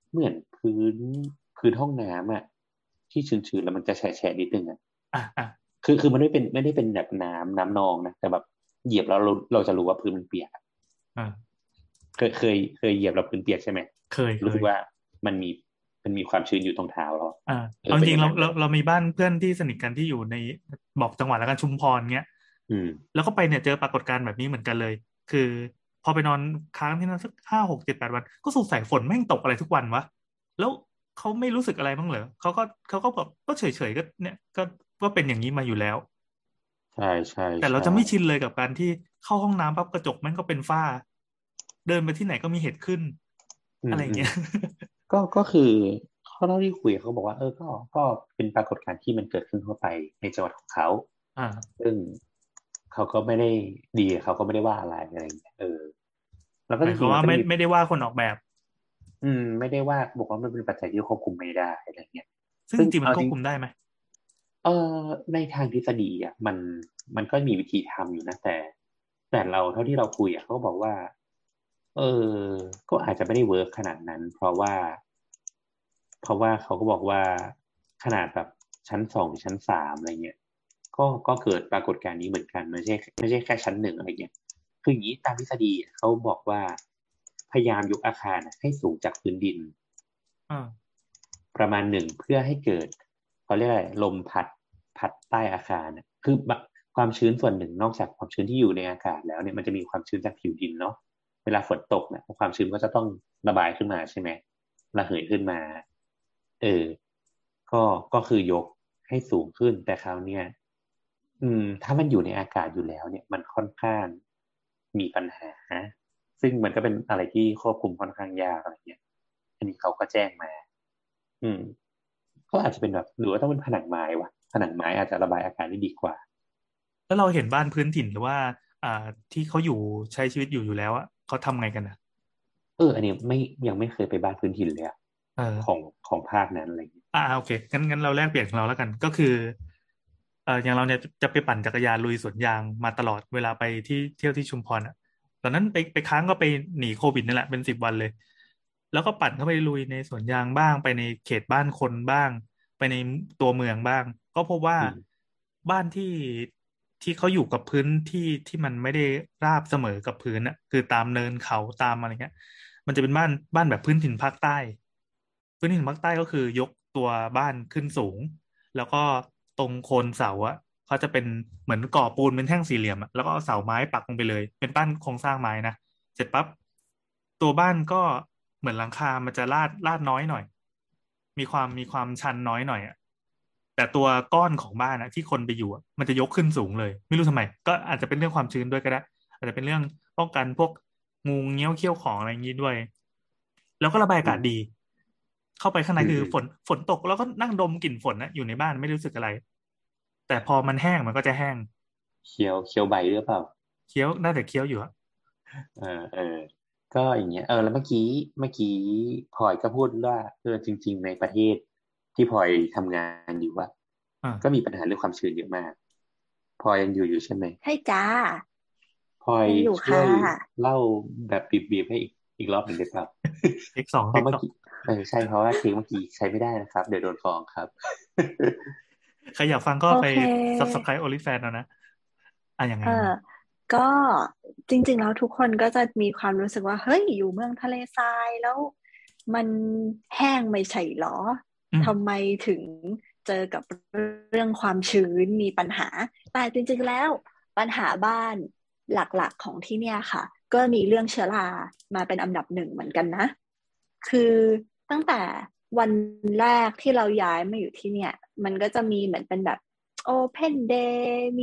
เหมือนพื้นพื้นห้องน้ำอ่ะที่ชื้นๆแล้วมันจะแฉะๆนิดนึงอ่ะอ่ะอ่ะคือคือมันไม่เป็นไม่ได้เป็นแบบน้ำน้ำนองนะแต่แบบเหยียบแล้วเราเราจะรู้ว่าพื้นมันเปียกอ่าเคยเคยเคยเหยียบแล้วพื้นเปียกใช่ไหมเคยเคยรู้สึกว่ามันมีมันมีความชื้นอยู่ตรงเท้าเราอ่าเออเป็นเอาจริงๆเราอย่างนั้นเลยเราเรามีบ้านเพื่อนที่สนิทกันที่อยู่ในบอกจังหวัดแล้วกันชุมพรเงี้ยอืมแล้วก็ไปเนี่ยเจอปรากฏการณ์แบบนี้เหมือนกันเลยคือพอไปนอนค้างที่นั่นสักห้าหกเจ็ดแปดวันก็สงสัยฝนแม่งตกอะไรทุกวันวะแล้วเขาไม่รู้สึกอะไรบ้างเหรอเขาก็เขาก็แบบก็เฉยๆก็เนี่ยก็ก็เป็นอย่างนี้มาอยู่แล้วใช่ใช่แต่เราใช่จะไม่ชินเลยกับการที่เข้าห้องน้ำปั๊บกระจกแม่งก็เป็นฝ้าเดินไปที่ไหนก็มีเห็ดขึ้นอืมอืมอะไรอย่างเงี้ยก็ก็คือเขาเล่าที่คุยเขาบอกว่าเออก็ก็เป็นปรากฏการณ์ที่มันเกิดขึ้นทั่วไปในจังหวัดของเขาอ่าซึ่งเขาก็ไม่ได้ดีเขาก็ไม่ได้ว่าอะไรอะไรอย่างเงี้ยเออแล้วก็หมายความว่าไม่จริงๆมันก็จะมีไม่ได้ว่าคนออกแบบอืมไม่ได้ว่าบอกว่ามันเป็นปัจจัยที่ควบคุมไม่ได้อะไรเงี้ยซึ่งซึ่งจริงๆมันควเอาจริงบคุมได้ไหมเออในทางทฤษฎีอ่ะมันมันก็มีวิธีทำอยู่นะแต่แต่เราเท่าที่เราคุยอ่ะเขาก็บอกว่าเออก็อาจจะไม่ได้เวิร์กขนาดนั้นเพราะว่า เพราะว่าเขาก็บอกว่าขนาดแบบชั้นสองหรือชั้นสามอะไรเงี้ยก็ก็เกิดปรากฏการณ์นี้เหมือนกันไม่ใช่ไม่ใช่แค่ชั้นหนึ่งอะไรเงี้ยคืออย่างนี้ตามทฤษฎีเขาบอกว่าพยายามยกอาคารให้สูงจากพื้นดินอ่าประมาณหนึ่งเพื่อให้เกิดเขาเรียกอะไรลมพัดพัดใต้อาคารคือความชื้นส่วนหนึ่งนอกจากความชื้นที่อยู่ในอากาศแล้วเนี่ยมันจะมีความชื้นจากผิวดินเนาะเวลาฝนตกเนี่ยความชื้นก็จะต้องระบายขึ้นมาใช่ไหมระเหยขึ้นมา เออก็ก็คือยกให้สูงขึ้นแต่คราวเนี้ยอืมถ้ามันอยู่ในอากาศอยู่แล้วเนี่ยมันค่อนข้างมีปัญหาซึ่งมันก็เป็นอะไรที่ควบคุมค่อนข้างยากอะไรเงี้ยอันนี้เขาก็แจ้งมาอืมก็อาจจะเป็นแบบหรือว่าต้องเป็นผนังไม้วะผนังไม้อาจจะระบายอากาศได้ดีกว่าแล้วเราเห็นบ้านพื้นถิ่นหรือว่าอ่าที่เขาอยู่ใช้ชีวิตอยู่อยู่แล้วอะเขาทำไงกันนะเอออันนี้ไม่ยังไม่เคยไปบ้านพื้นถิ่นเลยอะเออของของภาคนั้นอะไรอย่างเงี้ยอ่าโอเคงั้นงั้นเราแลกเปลี่ยนของเราแล้วกันก็คือเอออย่างเราเนี่ยจะไปปั่นจักรยานลุยสวนยางมาตลอดเวลาไปที่เที่ยวที่ชุมพรอ่ะตอนนั้นไปไปค้างก็ไปหนีโควิดนี่แหละเป็นสิบวันเลยแล้วก็ปั่นเข้าไปลุยในสวนยางบ้างไปในเขตบ้านคนบ้างไปในตัวเมืองบ้างก็พบว่าอืมบ้านที่ที่เขาอยู่กับพื้นที่ที่มันไม่ได้ราบเสมอกับพื้นอ่ะคือตามเนินเขาตามอะไรเงี้ยมันจะเป็นบ้านบ้านแบบพื้นถิ่นภาคใต้ พื้นถิ่นภาคใต้ก็คือยกตัวบ้านขึ้นสูงแล้วก็ตรงโคนเสาอะเขาจะเป็นเหมือนก่อปูนเป็นแท่งสี่เหลี่ยมอะแล้วก็เอาเสาไม้ปักลงไปเลยเป็นบ้านโครงสร้างไม้นะเสร็จปั๊บตัวบ้านก็เหมือนหลังคามันจะลาดลาดน้อยหน่อยมีความมีความชันน้อยหน่อยอะแต่ตัวก้อนของบ้านอะที่คนไปอยู่อะมันจะยกขึ้นสูงเลยไม่รู้ทำไมก็อาจจะเป็นเรื่องความชื้นด้วยก็ได้อาจจะเป็นเรื่องป้องกันพวกงูเงี้ยวเขี้ยวของอะไรอย่างนี้ด้วยแล้วก็ระบายอาอืมกาศดี เข้าไปข้างในอืมอืมคือฝนฝนตกแล้วก็นั่งดมกลิ่นฝนนะอยู่ในบ้านไม่รู้สึกอะไรแต่พอมันแห้งมันก็จะแห้งเคี้ยวเคี้ยวใบหรือเปล่าเคี้ยวน่าจะเคี้ยวอยู่อะเออเออก็อย่างเงี้ยเออแล้วเมื่อกี้เมื่อกี้พลอยก็พูดว่าเออจริงๆในประเทศที่พลอยทำงานอยู่ว่าก็อ่ามีปัญหาเรื่องความชื้นเยอะมากพลอยยังอยู่อยู่ใช่ไหมใช่จ้าพลอยยังอยู่ค่ะช่วยเล่าแบบบีบๆให้อีกอีกรอบหนึ่งได้เปล่าเทคสองเพเทคสองราะเมื่อกี้เออใช่เพราะว่าเทคเมื่อกี้ใช้ไม่ได้นะครับเดี๋ยวโดนฟ้องครับใครอยากฟังก็ไปโอเคซับสไครบ์ โอลิแฟน เอานะอ่ะยังไงเออยังไงก็จริงๆแล้วทุกคนก็จะมีความรู้สึกว่าเฮ้ยอยู่เมืองทะเลทรายแล้วมันแห้งไม่ใช่หรออืมทำไมถึงเจอกับเรื่องความชื้นมีปัญหาแต่จริงๆแล้วปัญหาบ้านหลักๆของที่เนี่ยค่ะก็มีเรื่องเชื้อรามาเป็นอันดับหนึ่งเหมือนกันนะคือตั้งแต่วันแรกที่เราย้ายมาอยู่ที่เนี่ยมันก็จะมีเหมือนเป็นแบบ Open Day มี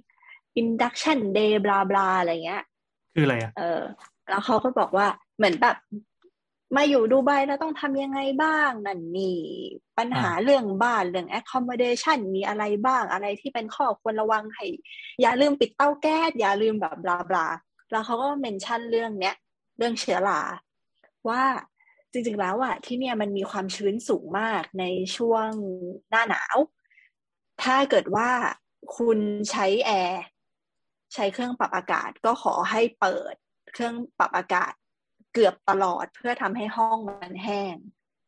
Induction Day บลาบลาอะไรเงี้ยคืออะไรอ่ะเออแล้วเขาก็บอกว่าเหมือนแบบมาอยู่ดูไบแล้วต้องทำยังไงบ้างนั่นนี่ปัญหาอ่าเรื่องบ้านเรื่อง accommodation มีอะไรบ้างอะไรที่เป็นข้อควรระวังให้อย่าลืมปิดเตาแก๊สอย่าลืมแบบบลาบลาแล้วเขาก็เมนชั่นเรื่องเนี้ยเรื่องเชื้อราว่าจริงๆแล้วอ่ะที่เนี่ยมันมีความชื้นสูงมากในช่วงหน้าหนาวถ้าเกิดว่าคุณใช้แอร์ใช้เครื่องปรับอากาศก็ขอให้เปิดเครื่องปรับอากาศเกือบตลอดเพื่อทำให้ห้องมันแห้ง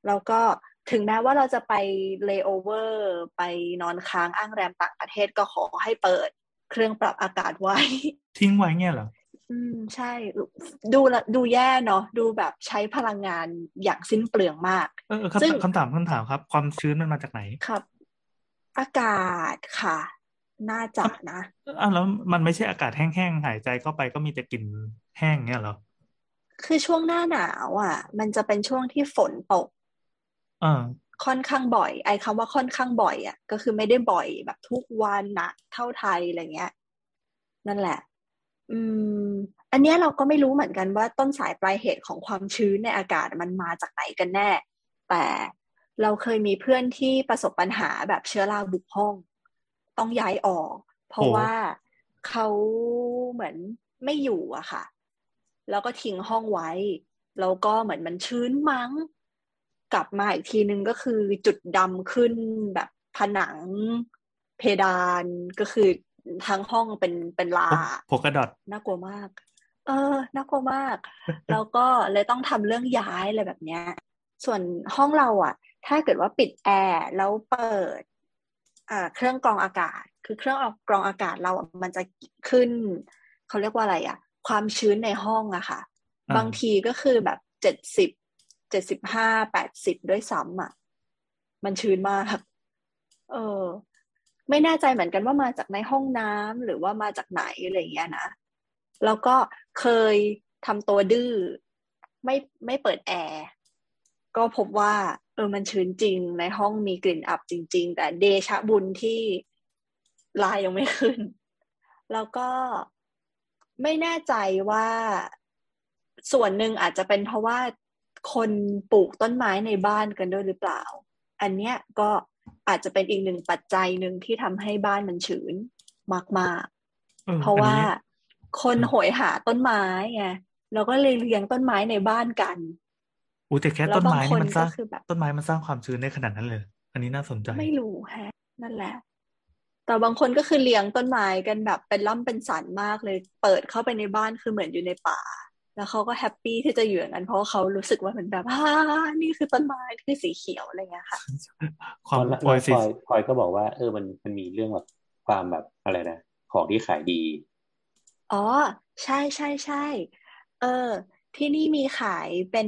แล้วก็ถึงแม้ว่าเราจะไปเลย์โอเวอร์ไปนอนค้างอ้างแรมต่างประเทศก็ขอให้เปิดเครื่องปรับอากาศไว้ทิ้งไว้เงี้ยเหรออืมใช่ดูละดูแย่เนาะดูแบบใช้พลังงานอย่างสิ้นเปลืองมากเออซึ่งคำถามคำถามครับความชื้นมันมาจากไหนครับอากาศค่ะน่าจะนะอ่ะแล้วมันไม่ใช่อากาศแห้งๆหายใจเข้าไปก็มีแต่กลิ่นแห้งเงี้ยเหรอคือช่วงหน้าหนาวอ่ะมันจะเป็นช่วงที่ฝนตกอ่าค่อนข้างบ่อยไอ้คำว่าค่อนข้างบ่อยอ่ะก็คือไม่ได้บ่อยแบบทุกวันนะเท่าไทยอะไรเงี้ยนั่นแหละอืมอันเนี้ยเราก็ไม่รู้เหมือนกันว่าต้นสายปลายเหตุของความชื้นในอากาศมันมาจากไหนกันแน่แต่เราเคยมีเพื่อนที่ประสบปัญหาแบบเชื้อราบุกห้องต้องย้ายออกเพราะว่าเขาเหมือนไม่อยู่อะค่ะแล้วก็ทิ้งห้องไว้แล้วก็เหมือนมันชื้นมั้งกลับมาอีกทีนึงก็คือจุดดำขึ้นแบบผนังเพดานก็คือทั้งห้องเป็นเป็นลาโพกดอทน่ากลัวมากเออน่ากลัวมากแล้วก็เลยต้องทำเรื่องย้ายอะไรแบบเนี้ยส่วนห้องเราอ่ะถ้าเกิดว่าปิดแอร์แล้วเปิดอ่าเครื่องกรองอากาศคือเครื่องกรองอากาศเราอ่ะมันจะขึ้นเขาเรียกว่าอะไรอ่ะความชื้นในห้องอะค่ะบางทีก็คือแบบเจ็ดสิบเจ็ดสิบห้าแปดสิบด้วยซ้ำอ่ะมันชื้นมากเออไม่แน่ใจเหมือนกันว่ามาจากในห้องน้ำหรือว่ามาจากไหนอะไรอย่างเงี้ยนะแล้วก็เคยทำตัวดื้อไม่ไม่เปิดแอร์ก็พบว่าเออมันชื้นจริงในห้องมีกลิ่นอับจริงๆแต่เดชะบุญที่ลายยังไม่ขึ้นแล้วก็ไม่แน่ใจว่าส่วนหนึ่งอาจจะเป็นเพราะว่าคนปลูกต้นไม้ในบ้านกันด้วยหรือเปล่าอันเนี้ยก็อาจจะเป็นอีกหนึ่งปัจจัยหนึ่งที่ทำให้บ้านมันชื้นมากๆเพราะว่าคนโหยหาต้นไม้ไงแล้วก็เลยเลี้ยงต้นไม้ในบ้านกันอู้แต่แค่ต้นไม้นี่มันสร้างต้นไม้มันสร้างความชื้นได้ขนาดนั้นเลยอันนี้น่าสนใจไม่รู้แฮะนั่นแหละแต่บางคนก็คือเลี้ยงต้นไม้กันแบบเป็นล่ำเป็นสันมากเลยเปิดเข้าไปในบ้านคือเหมือนอยู่ในป่าแล้วเขาก็แฮปปี้ที่จะอยู่อย่างนั้นเพราะเขารู้สึกว่าเหมือนแบบฮ่านี่คือต้นไม้ที่สีเขียวอะไรเงี้ยค่ะความพลอยพลอยพลอยก็บอกว่าเออมันมันมีเรื่องแบบความแบบอะไรนะของที่ขายดีอ๋อใช่ใช่ใช่เออที่นี่มีขายเป็น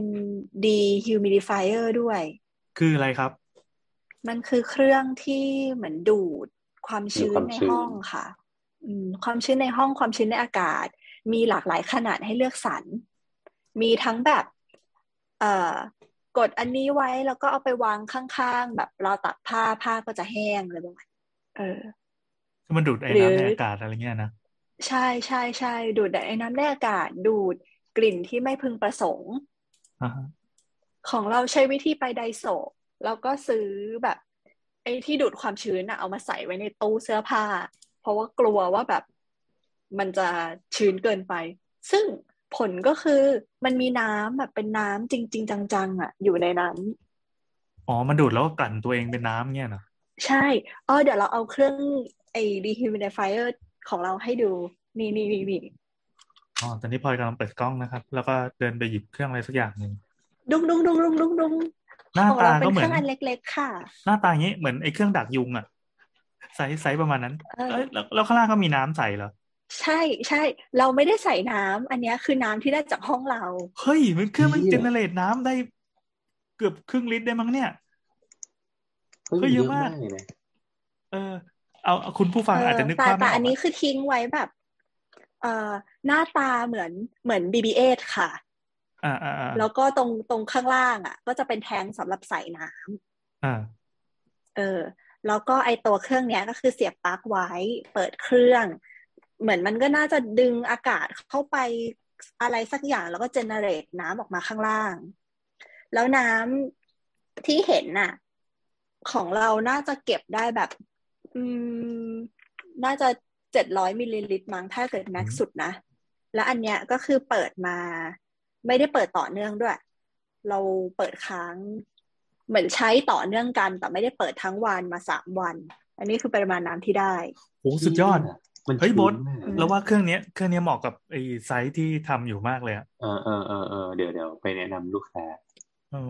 dehumidifier ด้วยคืออะไรครับมันคือเครื่องที่เหมือนดูดความชื้นในห้องค่ะอืมความชื้นในห้องความชื้นในอากาศมีหลากหลายขนาดให้เลือกสรรมีทั้งแบบเอ่อกดอันนี้ไว้แล้วก็เอาไปวางข้างๆแบบเราตัดผ้าผ้าก็จะแห้งเลยประมาณเออคือมันดูดไอ้น้ำในอากาศอะไรเงี้ยนะใช่ใช่ใช่ดูดไอ้น้ำในอากาศดูดกลิ่นที่ไม่พึงประสงค์ของเราใช้วิธีไปไดโซะแล้วก็ซื้อแบบไอ้ที่ดูดความชื้นอะเอามาใส่ไว้ในตู้เสื้อผ้าเพราะว่ากลัวว่าแบบมันจะชื้นเกินไปซึ่งผลก็คือมันมีน้ำแบบเป็นน้ำจริงๆจังๆอะอยู่ในนั้นอ๋อมันดูดแล้วก็กลั่นตัวเองเป็นน้ำเงี้ยนะใช่เออเดี๋ยวเราเอาเครื่องไอ้ dehumidifier ของเราให้ดูนี่นี่นี่นี่อ๋อตอนนี้พลอยกำลังเปิดกล้องนะครับแล้วก็เดินไปหยิบเครื่องอะไรสักอย่างหนึ่งดุงดุงดุงดุงดุงดุงหน้าตาก็เหมือนเครื่องอันเล็กๆค่ะหน้าตาอย่างนี้เหมือนไอ้เครื่องดักยุงอ่ะไซส์ไซส์ประมาณนั้นเอ้ยแล้วแล้วข้างล่างก็มีน้ำใส่เหรอใช่ใช่เราไม่ได้ใส่น้ำอันนี้คือน้ำที่ได้จากห้องเราเฮ้ยมันเครื่องมันเจเนเรตน้ำได้เกือบครึ่งลิตรได้มั้งเนี่ยก็เยอะมากเลยนะเออเอาคุณผู้ฟังอาจจะนึกภาพไม่ออกแต่อันนี้คือทิ้งไว้แบบเอ่อหน้าตาเหมือนเหมือน บี บี เอช ค่ะอ่าอ่าอ่าแล้วก็ตรงตรงข้างล่างอ่ะก็จะเป็นแทงสำหรับใส่น้ำอ่าเออแล้วก็ไอตัวเครื่องเนี้ยก็คือเสียบปลั๊กไว้เปิดเครื่องเหมือนมันก็น่าจะดึงอากาศเข้าไปอะไรสักอย่างแล้วก็เจเนเรตน้ำออกมาข้างล่างแล้วน้ำที่เห็นน่ะของเราน่าจะเก็บได้แบบอืมน่าจะเจ็ดร้อยมิลลิลิตรมั้งถ้าเกิดแม็กสุดนะแล้วอันเนี้ยก็คือเปิดมาไม่ได้เปิดต่อเนื่องด้วยเราเปิดค้างเหมือนใช้ต่อเนื่องกันแต่ไม่ได้เปิดทั้งวันมาสามวันอันนี้คือปริมาณน้ำที่ได้โอ้สุดยอดเฮ้ยบดแล้วว่าเครื่องนี้เครื่องนี้เหมาะกับไอ้ไซส์ที่ทำอยู่มากเลยอ่ะเออเออเออเออเดี๋ยวเดี๋ยวไปแนะนำลูกค้าเออ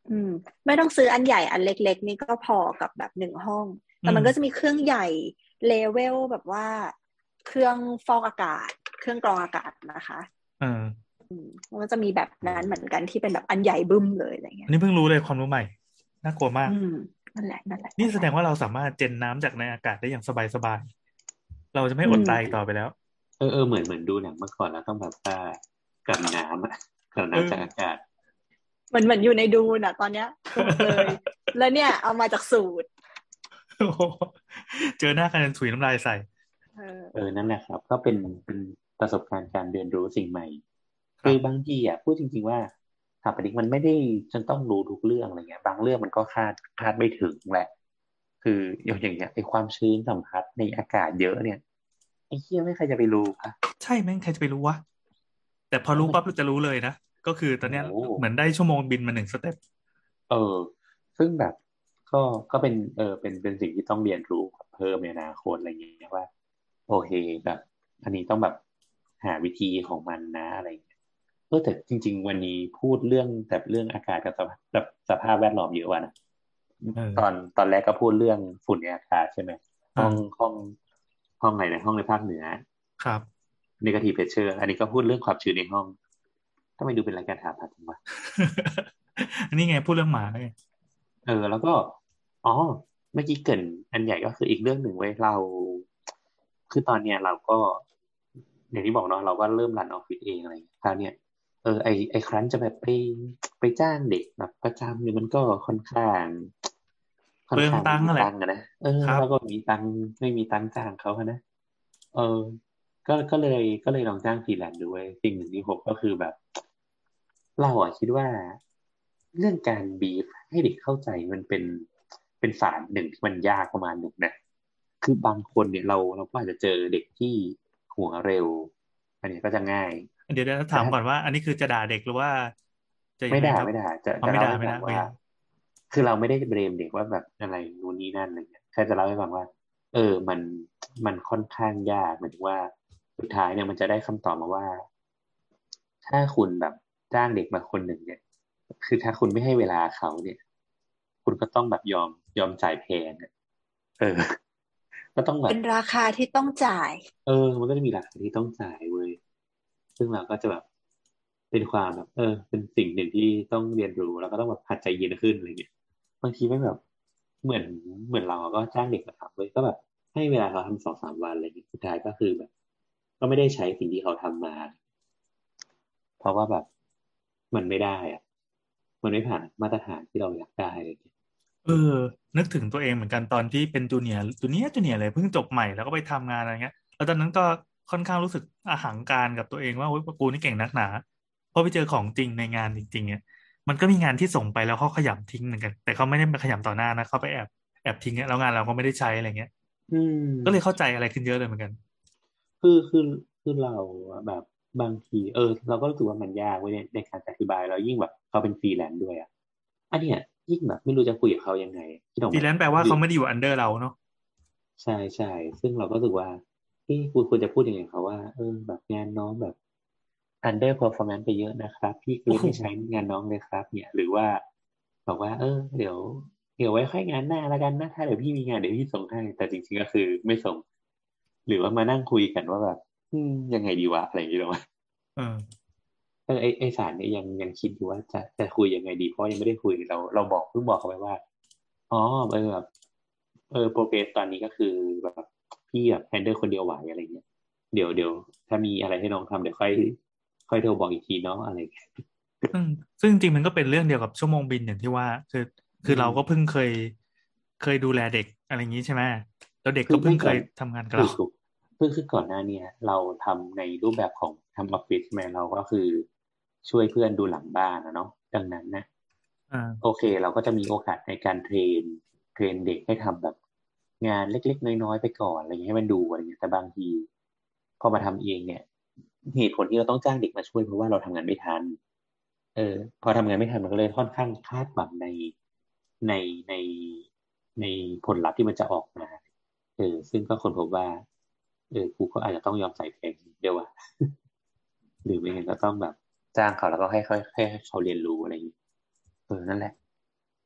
อืมไม่ต้องซื้ออันใหญ่อันเล็กๆนี่ก็พอกับแบบหนึ่งห้องแต่มันก็จะมีเครื่องใหญ่เลเวลแบบว่าเครื่องฟอกอากาศเครื่องกรองอากาศนะคะเออมันก็จะมีแบบนั้นเหมือนกันที่เป็นแบบอันใหญ่บึ้มเลยอะไรเงี้อันยนี้เพิ่งรู้เลยความรู้ใหม่น่ากลัวมากอืมนั่นแหละนั่นแหละนี่แสดงว่าเราสามารถเจนน้ำจากในอากาศได้อย่างสบายๆเราจะไม่อืมอดตายต่อไปแล้วเออเออเหมือนเหมือนดูหนังเมื่อก่อนแล้วต้องแบบว่ากลั่นน้ำอะกลั่นเออน้ำจากอากาศเหมือนเหมือนอยู่ในดูนอ่ะตอนเนี้ยถูกเลย แล้วเนี่ยเอามาจากสูตรโอ้โหเจอหน้ากันถุยน้ำลายใส่เออเออนั่นแหละครับก็เป็นเป็นประสบการณ์การเรียนรู้สิ่งใหม่คือบางครับทีอ่ะพูดจริงๆว่าสถาปนิกมันไม่ได้จนต้องรู้ทุกเรื่องอะไรเงี้ยบางเรื่องมันก็คาดคาดไม่ถึงแหละคืออย่างอย่างเงี้ยไอ้ความชื้นสัมผัสในอากาศเยอะเนี่ยไอ้เหี้ยไม่ใครจะไปรู้อะใช่แม่งใครจะไปรู้วะแต่พอแล้วมันรู้ปั๊บเราจะรู้เลยนะก็คือตอนโอ้โหเนี้ยเหมือนได้ชั่วโมงบินมาหนึ่งสเต็ปเออซึ่งแบบก็ก็เป็นเออเป็นเป็นสิ่งที่ต้องเรียนรู้เพิ่มในอนาคตอะไรอย่างเงี้ยว่าโอเคแบบอันนี้ต้องแบบหาวิธีของมันนะอะไรอย่างเงี้ยเออแต่จริงๆวันนี้พูดเรื่องแต่เรื่องอากาศกับสภาพกับสภาพแวดล้อมเยอะว่ะนะเออตอนตอนแรกก็พูดเรื่องฝุ่นในอากาศใช่ไหมห้องอ่าห้องห้องไหนในห้องในภาคเหนือครับ negative pressure อันนี้ก็พูดเรื่องความชื้นในห้องทำไมดูเป็นรายการถามจังวะอันนี้ไงพูดเรื่องหมาไงเออแล้วก็อ๋อเมื่อกี้เกรินอันใหญ่ก็คืออีกเรื่องหนึ่งไว้ยเราคือตอนเนี้ยเราก็อย่างที่บอกเนาะเราก็เริ่มรันออฟฟิศเองอะไรอย่างเงี้ยคราวเนี้ยเออไอไอครั้นจะแบบไปไปจ้างเด็กแบบประจำเนี่ยมันก็ค่อนข้างค่เปลืองอนข้างไม่ตังค์แหละมีตังค์อะนะเออครับแล้วก็มีตังค์ไม่มีตังค์จ้างเขาอะนะเออก็ก็เลยก็เลยลองจ้างฟรีแลนซ์ดูเว้ยสิ่งหนึ่งที่ผมก็คือแบบเราอะคิดว่า เรื่องการบีฟให้เด็กเข้าใจมันเป็นเป็นศาสตร์หนึ่งที่มันยากประมาณหนึ่งนะคือบางคนเนี่ยเราเราก็อาจจะเจอเด็กที่หัวเร็วอันนี้ก็จะง่ายเดี๋ยวเดี๋ยวแต่ถ้าถามก่อนว่าอันนี้คือจะด่าเด็กหรือว่าจะยัไม่งไงครับด่าไม่ด่าจะอ๋อจะเล่าไม่ด่าไม่ให้ฟังว่าด่าโอเคคือเราไม่ได้เบรมเด็กว่าแบบอะไรนู่นนี่นั่นอะไรเงี้ยแค่จะเล่าให้ฟังว่าเออมันมันค่อนข้างยากหมายถึงว่าสุดท้ายเนี่ยมันจะได้คำตอบมาว่าถ้าคุณแบบจ้างเด็กมาคนหนึ่งเนี่ยคือถ้าคุณไม่ให้เวลาเขาเนี่ย คุณก็ต้องแบบยอมยอมจ่ายแพงอะเออก็ต้องแบบเป็นราคาที่ต้องจ่ายเออมันก็จะมีราคาที่ต้องจ่ายเว้ยซึ่งเราก็จะแบบเป็นความแบบเออเป็นสิ่งหนึ่งที่ต้องเรียนรู้แล้วก็ต้องแบบหัดใจเย็นขึ้นอะไรเงี้ยบางทีไม่แบบเหมือนเหมือนเราก็จ้างเด็กมาทำเว้ยก็แบบให้เวลาเขาทำสองสามวันอะไรเงี้ยสุดท้ายก็คือแบบก็ไม่ได้ใช้สิ่งที่เขาทำมาเพราะว่าแบบมันไม่ได้อะมันไม่ผ่านมาตรฐานที่เราอยากได้อะไรเงี้ยเออนึกถึงตัวเองเหมือนกันตอนที่เป็นจูเนียร์จูเนียร์จูเนียร์เลยเพิ่งจบใหม่แล้วก็ไปทำงานอะไรเงี้ยแล้วตอนนั้นก็ค่อนข้างรู้สึกอหังการกับตัวเองว่าโอ๊ยกูนี่เก่งนักหนาพอไปเจอของจริงในงานจริงๆเนี่ยมันก็มีงานที่ส่งไปแล้วเขาขยำทิ้งเหมือนกันแต่เขาไม่ได้มาขยำต่อหน้านะเขาไปแอบแอบทิ้งเนี่ยแล้วงานเราก็ไม่ได้ใช้อะไรเงี้ยอืก็เลยเข้ามใจอะไรขึ้นเยอะเลยเหมือนกันคือคือคือเราอะแบบบางทีเออเราก็รู้สึกว่ามันยากเว้ยในในการอธิบายแล้วยิ่งแบบเขาเป็นฟรีแลนซ์ด้วยอ่ะอันเนี้ยยิ่งแบบไม่รู้จะคุยกับเขายังไงที่ต้องไหมฟรีแลนซ์แปลว่าอยู่เขาไม่ได้อยู่อันเดอร์เราเนาะใช่ใช่ซึ่งเราก็รู้สึกว่าที่คุณควรจะพูดยังไงเขาว่าเออแบบงานน้องแบบ under performance ไปเยอะนะครับพี่ก็โอ้โหเลยไม่ใช้งานน้องเลยครับเนี่ยหรือว่าบอกว่าเออเดี๋ยวเดี๋ยวไว้ค่อยงานหน้าแล้วกันนะถ้าเดี๋ยวพี่มีงานเดี๋ยวพี่ส่งให้แต่จริงๆก็คือไม่ส่งหรือว่ามานั่งคุยกันว่าแบบอืมยังไงดีวะอะไรอย่างเงี้ยหรอเออเออไอไอสารเนี่ยยังยังคิดอยู่ว่าจะจะคุยยังไงดีเพราะยังไม่ได้คุยเราเราบอกเพิ่งบอกเขาไปว่าอ๋อเออแบบเออโปรเกรสตอนนี้ก็คือแบบพี่แบบแฮนเดิลคนเดียวไหวอะไรเงี้ยเดี๋ยวเดี๋ยวถ้ามีอะไรให้น้องทำเดี๋ยวค่อยค่อยโทรบอกอีกทีเนาะอะไรเงี้ยซึ่งซึ่งจริงๆมันก็เป็นเรื่องเดียวกับชั่วโมงบินอย่างที่ว่าคืออืคือเราก็เพิ่งมเคยเคยดูแลเด็กอะไรอย่างนี้ใช่ไหมแล้วเด็กคือก็เพิ่งเคยไม่ก่อนทำงานกับเราถูกถูกเพิ่งคือก่อนหน้าเนี่ยเราทำในรูปแบบของทำออฟฟิศใช่ไหมเราก็คือช่วยเพื่อนดูหลังบ้านนะเนาะดังนั้นนะอ่าโอเคเราก็จะมีโอกาสในการเทรนเทรนเด็กให้ทำแบบงานเล็กๆน้อยๆไปก่อนอะไรอย่างเงี้ยให้มันดูอะไรเงี้ยแต่บางทีพอมาทำเองเนี่ยเหตุผลที่เราต้องจ้างเด็กมาช่วยเพราะว่าเราทำงานไม่ทันเออพอทำงานไม่ทันมันก็เลยค่อนข้างคาดหวังในในในในผลลัพธ์ที่มันจะออกมาเออซึ่งก็คนพบว่าเออกูก็อาจจะต้องยอมใส่แพงเดียวอะหรือไม่งั้นก็ต้องแบบจ้างเขาแล้วก็ให้ค่อยให้เขาเรียนรู้อะไรอย่างเงี้ยเออนั่นแหละ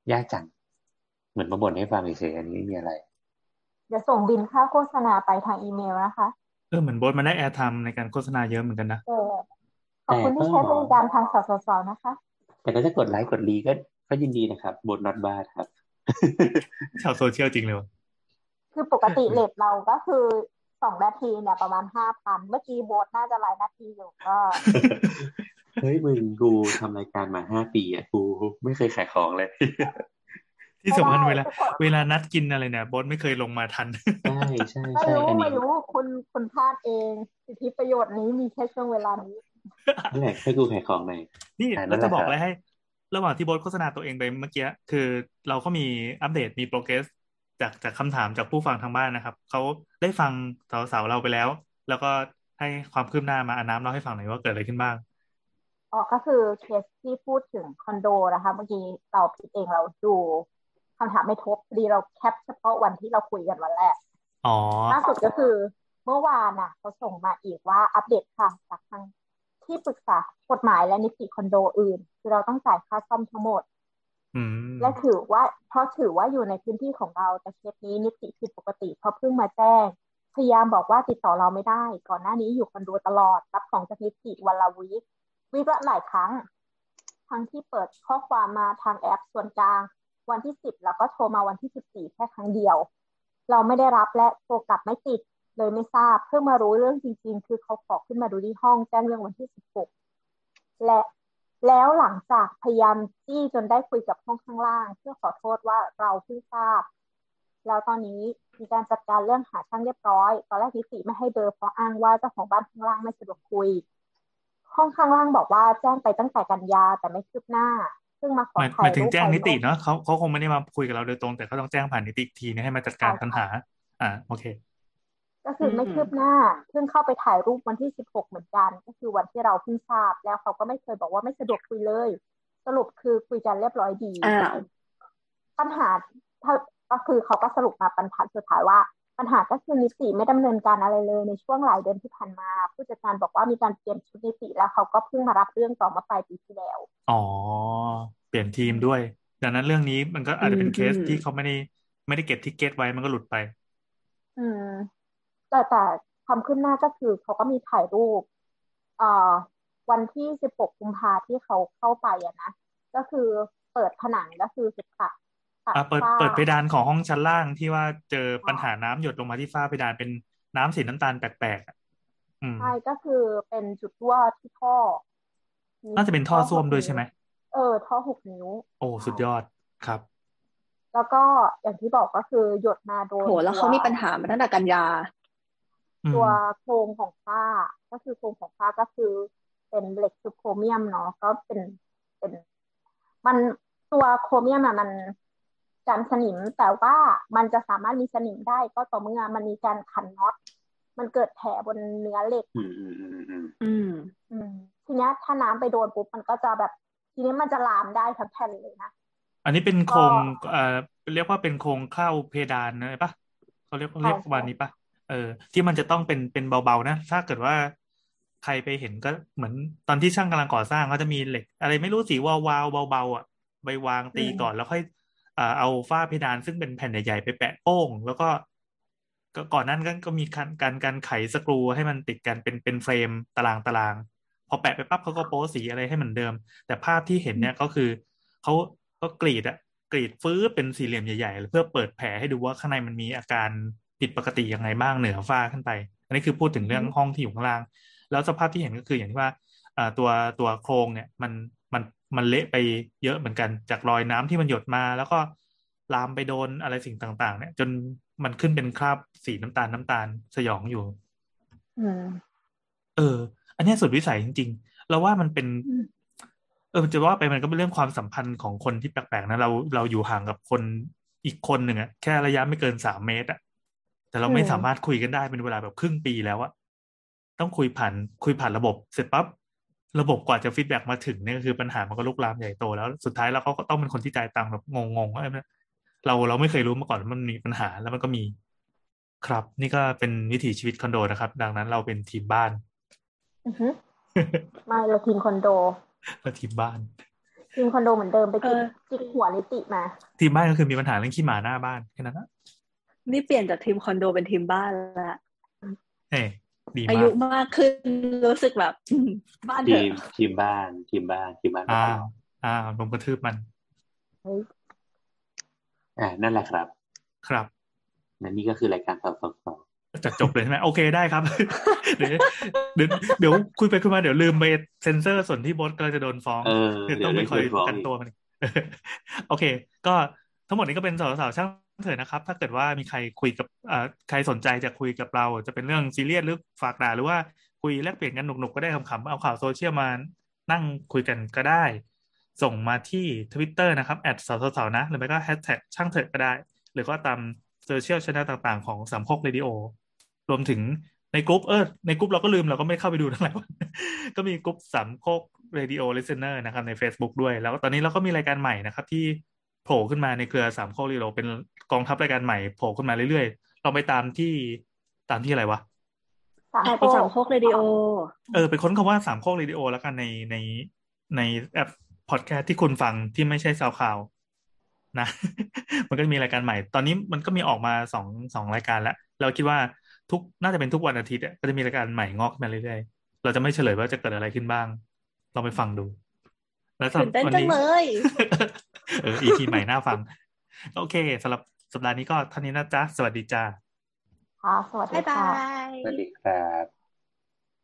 ยากจังเหมือนมาบ่นให้ฟังเฉยๆอันนี้ไม่มีอะไรเดี๋ยวส่งบิลค่าโฆษณาไปทางอีเมลนะคะเออเหมือนโบทมันได้แอร์ไทม์ในการโฆษณาเยอะเหมือนกันนะเออขอบแต่คุณก็ที่ใช้บริการทางสสสนะคะแต่ก็จะกดไลค์กดรีก็ก็ยินดีนะครับบท not bad ครับชาวโซเชียลจริงเลยวะคือปกติเรทเราก็คือสองนาทีเนี่ยประมาณห้าพันเมื่อกี้โบทน่าจะหลายนาทีอยู่ก็เฮ้ยมึงกูทำรายการมาห้าปีอ่ะกูไม่เคยขายของเลยที่สำคัญเวลาเวลานัดกินอะไรเนี่ยโบทไม่เคยลงมาทันใช่ใช่ไม่ใช่รู้อันไม่นี้รู้คุณคุณพลาดเองสิทธิประโยชน์นี้มีแค่ช่วงเวลานี้นั่นแหละให้กูขายของหน่อยนี่อ่าเรานั่นแหจะละบอคกรับอะไรให้ ระหว่างที่โบทโฆษณาตัวเองไปเมื่อกี้คือเราก็มีอัปเดตมีโปรเกรสจากจากคำถามจากผู้ฟังทางบ้านนะครับเขาได้ฟังสาวๆเราไปแล้ว แล้วก็ให้ความคืบหน้ามาอาน้ำเล่าให้ฟังหน่อยว่าเกิดอะไรขึ้นบ้างอ๋อก็คือเคสที่พูดถึงคอนโดนะคะเมื่อกี้เราผิดเองเราดูคำถามไม่ทบพอดีเราแคปเฉพาะวันที่เราคุยกันวันแรกอ๋อล่าสุดก็คือเมื่อวานน่ะเขาส่งมาอีกว่าอัปเดตค่ะจากทางที่ปรึกษากฎหมายและนิติคอนโดอื่นคือเราต้องจ่ายค่าซ่อมทั้งหมดอืมและถือว่าเพราะถือว่าอยู่ในพื้นที่ของเราแต่เคสนี้นิติผิดปกติเพราะเพิ่งมาแจ้งพยายามบอกว่าติดต่อเราไม่ได้ก่อนหน้านี้อยู่คอนโดตลอดรับของจากนิติวันละวีควีคละหลายครั้งทั้งที่เปิดข้อความมาทางแอปส่วนกลางวันที่สิบแล้วก็โทรมาวันที่สิบสี่แค่ครั้งเดียวเราไม่ได้รับและโทรกลับไม่ติดเลยไม่ทราบเพิ่งมารู้เรื่องจริงๆคือเขาขอขึ้นมาดูที่ห้องแจ้งเรื่องวันที่สิบหกและแล้วหลังจากพยายามจี้จนได้คุยกับห้องข้างล่างเพื่อขอโทษว่าเราเพิ่งทราบแล้วตอนนี้มีการจัดการเรื่องหาช่างเรียบร้อยตอนแรกนิติไม่ให้เบอร์เพราะอ้างว่าเจ้าของบ้านข้างล่างไม่สะดวกคุยห้องข้างล่างบอกว่าแจ้งไปตั้งแต่กันยาแต่ไม่คืบหน้าซึ่งมาขอหมายหาย ยถึถ่ามรูงปแจ้งไปนิลติงเนาะเขาเขาคงไม่ได้มาคุยกับเราโดยตรงแต่เขาต้องแจ้งผ่านนิติอีกทีนึงให้มาจัดการปัญหาอ่าโอเคก็คือไม่คืบหน้าเพิ่งเข้าไปถ่ายรูปวันที่สิบหกเหมือนกันก็คือวันที่เราเพิ่งทราบแล้วเขาก็ไม่เคยบอกว่าไม่สะดวกคุยเลยสรุปคือคุยกันเรียบร้อยดีอ้าวปัญหาก็คือเขาก็สรุปมาปัญหาสุดท้ายว่าปัญหาก็คือนิติไม่ดำเนินการอะไรเลยในช่วงหลายเดือนที่ผ่านมาผู้จัดการบอกว่ามีการเปลี่ยนชุดนิติแล้วเขาก็เพิ่งมารับเรื่องต่อมาปลายปีที่แล้วอ๋อเปลี่ยนทีมด้วยดังนั้นเรื่องนี้มันก็อาจจะเป็นเคสอืมที่เขาไม่ได้ไม่ได้เก็บทิกเก็ตไว้มันก็หลุดไปอืมแต่แต่ความคืบหน้าก็คือเขาก็มีถ่ายรูปเอ่อวันที่สิบหกกุมภาที่เขาเข้าไปอะนะก็คือเปิดผนังก็คือสิบตัดตัดอ่าเปิดฝ้าเปิดเพดานของห้องชั้นล่างที่ว่าเจอปัญหาอ่าน้ำหยดลงมาที่ฝ้าเพดานเป็นน้ำสีน้ำตาลแปลกๆอ่ะอืมใช่ก็คือเป็นจุดรั่วที่ท่อมีน่าจะเป็นท่ท่ออส้หกนิ้ววมด้วยใช่ไหมเออท่อหกนิ้วโอ้ใช่สุดยอดครับแล้วก็อย่างที่บอกก็คือหยดมาโดโหนตัวแล้วเขามีปัญหามาตั้งแต่กันยาอืมตัวโครงของฝ้าก็คือโครงของฝ้าก็คือเป็นเหล็กซูโครเมียมเนาะก็เป็นเป็นมันตัวโครเมียมอะมันกันสนิมแต่ว่ามันจะสามารถมีสนิมได้ก็ต่อเมื่อมันมีการขันน็อตมันเกิดแผลบนเนื้อเหล็กอืมอืมอืมอืมอืมอืมทีนี้ถ้าน้ำไปโดนปุ๊บมันก็จะแบบทีนี้มันจะลามได้ทั้งแผ่นเลยนะอันนี้เป็นโครก็งเอ่อเรียกว่าเป็นโครงเข้าเพดานนะปะเขาเรียกเขาใช่เรียกประใช่มาณนี้ปะเออที่มันจะต้องเป็นเป็นเบาๆนะถ้าเกิดว่าใครไปเห็นก็เหมือนตอนที่ช่างกำลังก่อสร้างเขาจะมีเหล็กอะไรไม่รู้สีวาวๆเบาๆอ่ะไปวางอืตีก่อนมแล้วค่อยอ่าเอาฝ้าเพดานซึ่งเป็นแผ่นใหญ่ๆไปแปะโป้งแล้วก็ก็ก่อนนั้นก็ก็มีการการการไขสกรูให้มันติดกันเป็นเป็นเฟรมตารางตารางพอแปะไปปั๊บเขาก็โป๊สีอะไรให้เหมือนเดิมแต่ภาพที่เห็นเนี่ยก็คือเขาก็กรีดอะ กรีดฟื้นเป็นสี่เหลี่ยมใหญ่ๆเพื่อเปิดแผลให้ดูว่าข้างในมันมีอาการผิดปกติยังไงบ้างเหนือฝ้าขึ้นไปอันนี้คือพูดถึงเรื่องห้องที่อยู่ข้างล่างแล้วสภาพที่เห็นก็คืออย่างที่ว่าอ่าตัวตัวโครงเนี่ยมันมันมันเละไปเยอะเหมือนกันจากรอยน้ำที่มันหยดมาแล้วก็ลามไปโดนอะไรสิ่งต่างๆเนี่ยจนมันขึ้นเป็นคราบสีน้ำตาลน้ำตาลสยองอยู่อืมเอออันนี้สุดวิสัยจริงๆเราว่ามันเป็น เออจะว่าไปมันก็เป็นเรื่องความสัมพันธ์ของคนที่แปลกๆนะเราเราอยู่ห่างกับคนอีกคนหนึ่งอะแค่ระยะไม่เกินสามเมตรอะแต่เราอืไม่สามารถมคุยกันได้เป็นเวลาแบบครึ่งปีแล้วอะต้องคุยผ่านคุยผ่านระบบเสร็จปั๊บระบบกว่าจะฟีดแบ็กมาถึงเนี่ยก็คือปัญหามันก็ลุกลามใหญ่โตแล้วสุดท้ายแล้วเขาก็ต้องเป็นคนที่จ่ายตังค์แบบงงๆว่าเราเราไม่เคยรู้มาก่อนว่ามันมีปัญหาแล้วมันก็มีครับนี่ก็เป็นวิถีชีวิตคอนโดนะครับดังนั้นเราเป็นทีมบ้านอือฮึไม่เราทีมคอนโดเราทีมบ้านทีมคอนโดเหมือนเดิมไปเอจิกอจิกหัวลิติมาทีมบ้านก็คือมีปัญหาเรื่องขี้หมาหน้าบ้านแค่นั้นนะนี่เปลี่ยนจากทีมคอนโดเป็นทีมบ้านแล้วเอ้ยดีอามายุกมากขึ้นรู้สึกแบบอืมบ้านเถทีอะมทีมบ้านทีมบ้านทีมบ้านมาอ่าตลอดอ่าลงกระทืบมันเฮ้ยอ่านั่นแหละครับครับนั่นนี่ก็คือรายการสองสองสองจะจบเลยใช่ไหมโอเคได้ครับ เดี๋ยวเดี๋ยวเดี๋ยวคุยไปคุยมาเดี๋ยวลืมไปเซ็นเซอร์ส่วนที่บอสก็จะโดนฟ้องเออเดี๋ยวเดี๋ต้ยอวงไปได้คอยโดนฟ้องกันอีกตัวมันอีก โอเค ก็ทั้งหมดนี้ก็เป็นสาวๆช่างเถอะนะครับ ถ้าเกิดว่ามีใครคุยกับอ่าใครสนใจจะคุยกับเราจะเป็นเรื่องซีเรียสหรือฝากด่าหรือว่าคุยแลกเปลี่ยนกันหนุกๆก็ได้ขำๆเอาข่าวโซเชียลมานั่งคุยกันก็ได้ ส่งมาที่ Twitter นะครับแอทสาวสาวนะหรือไม่ก็แฮชแท็กช่างเถอะก็ได้ หรือก็ตามโซเชียลชแนลต่างๆของสามโคกเรดิโอรวมถึงในกลุ่มเออในกลุ่มเราก็ลืมเราก็ไม่เข้าไปดูทั้งหลายวัน ก็มีกลุ่มสามโคกเรดิโอลิสเนอร์นะครับใน Facebook ด้วยแล้วตอนนี้เราก็มีรายการใหม่นะครับที่โผล่ขึ้นมาในเครือสามโคกเรดิโอเป็นกองทัพรายการใหม่โผล่ขึ้นมาเรื่อยๆเราไปตามที่ตามที่อะไรวะสามแอดโคสามกโคกเรดิโอเออไปค้นคำว่าสามโคกเรดิโอแล้วกันในในในแอปพอดแคสต์ที่คุณฟังที่ไม่ใช่ซาวคลาวนะ มันก็มีรายการใหม่ ตอนนี้มันก็มีออกมาสองสองรายการแล้ว เราคิดว่าทุกน่าจะเป็นทุกวันอาทิตย์อะก็จะมีรายการใหม่งอกมาเรื่อยๆ เราจะไม่เฉลยว่าจะเกิดอะไรขึ้นบ้างลองไปฟังดู แล้วสำหรัตื่บนเต้นวันจังนี้เลยเออ อี พี ใหม่น่าฟัง โอเคสำหรับสัปดาห์นี้ก็เท่านี้นะจ๊ะ สวัสดีจ้าค่ะสวัสดีบ๊ายบาค่ะยสวัสดีครับ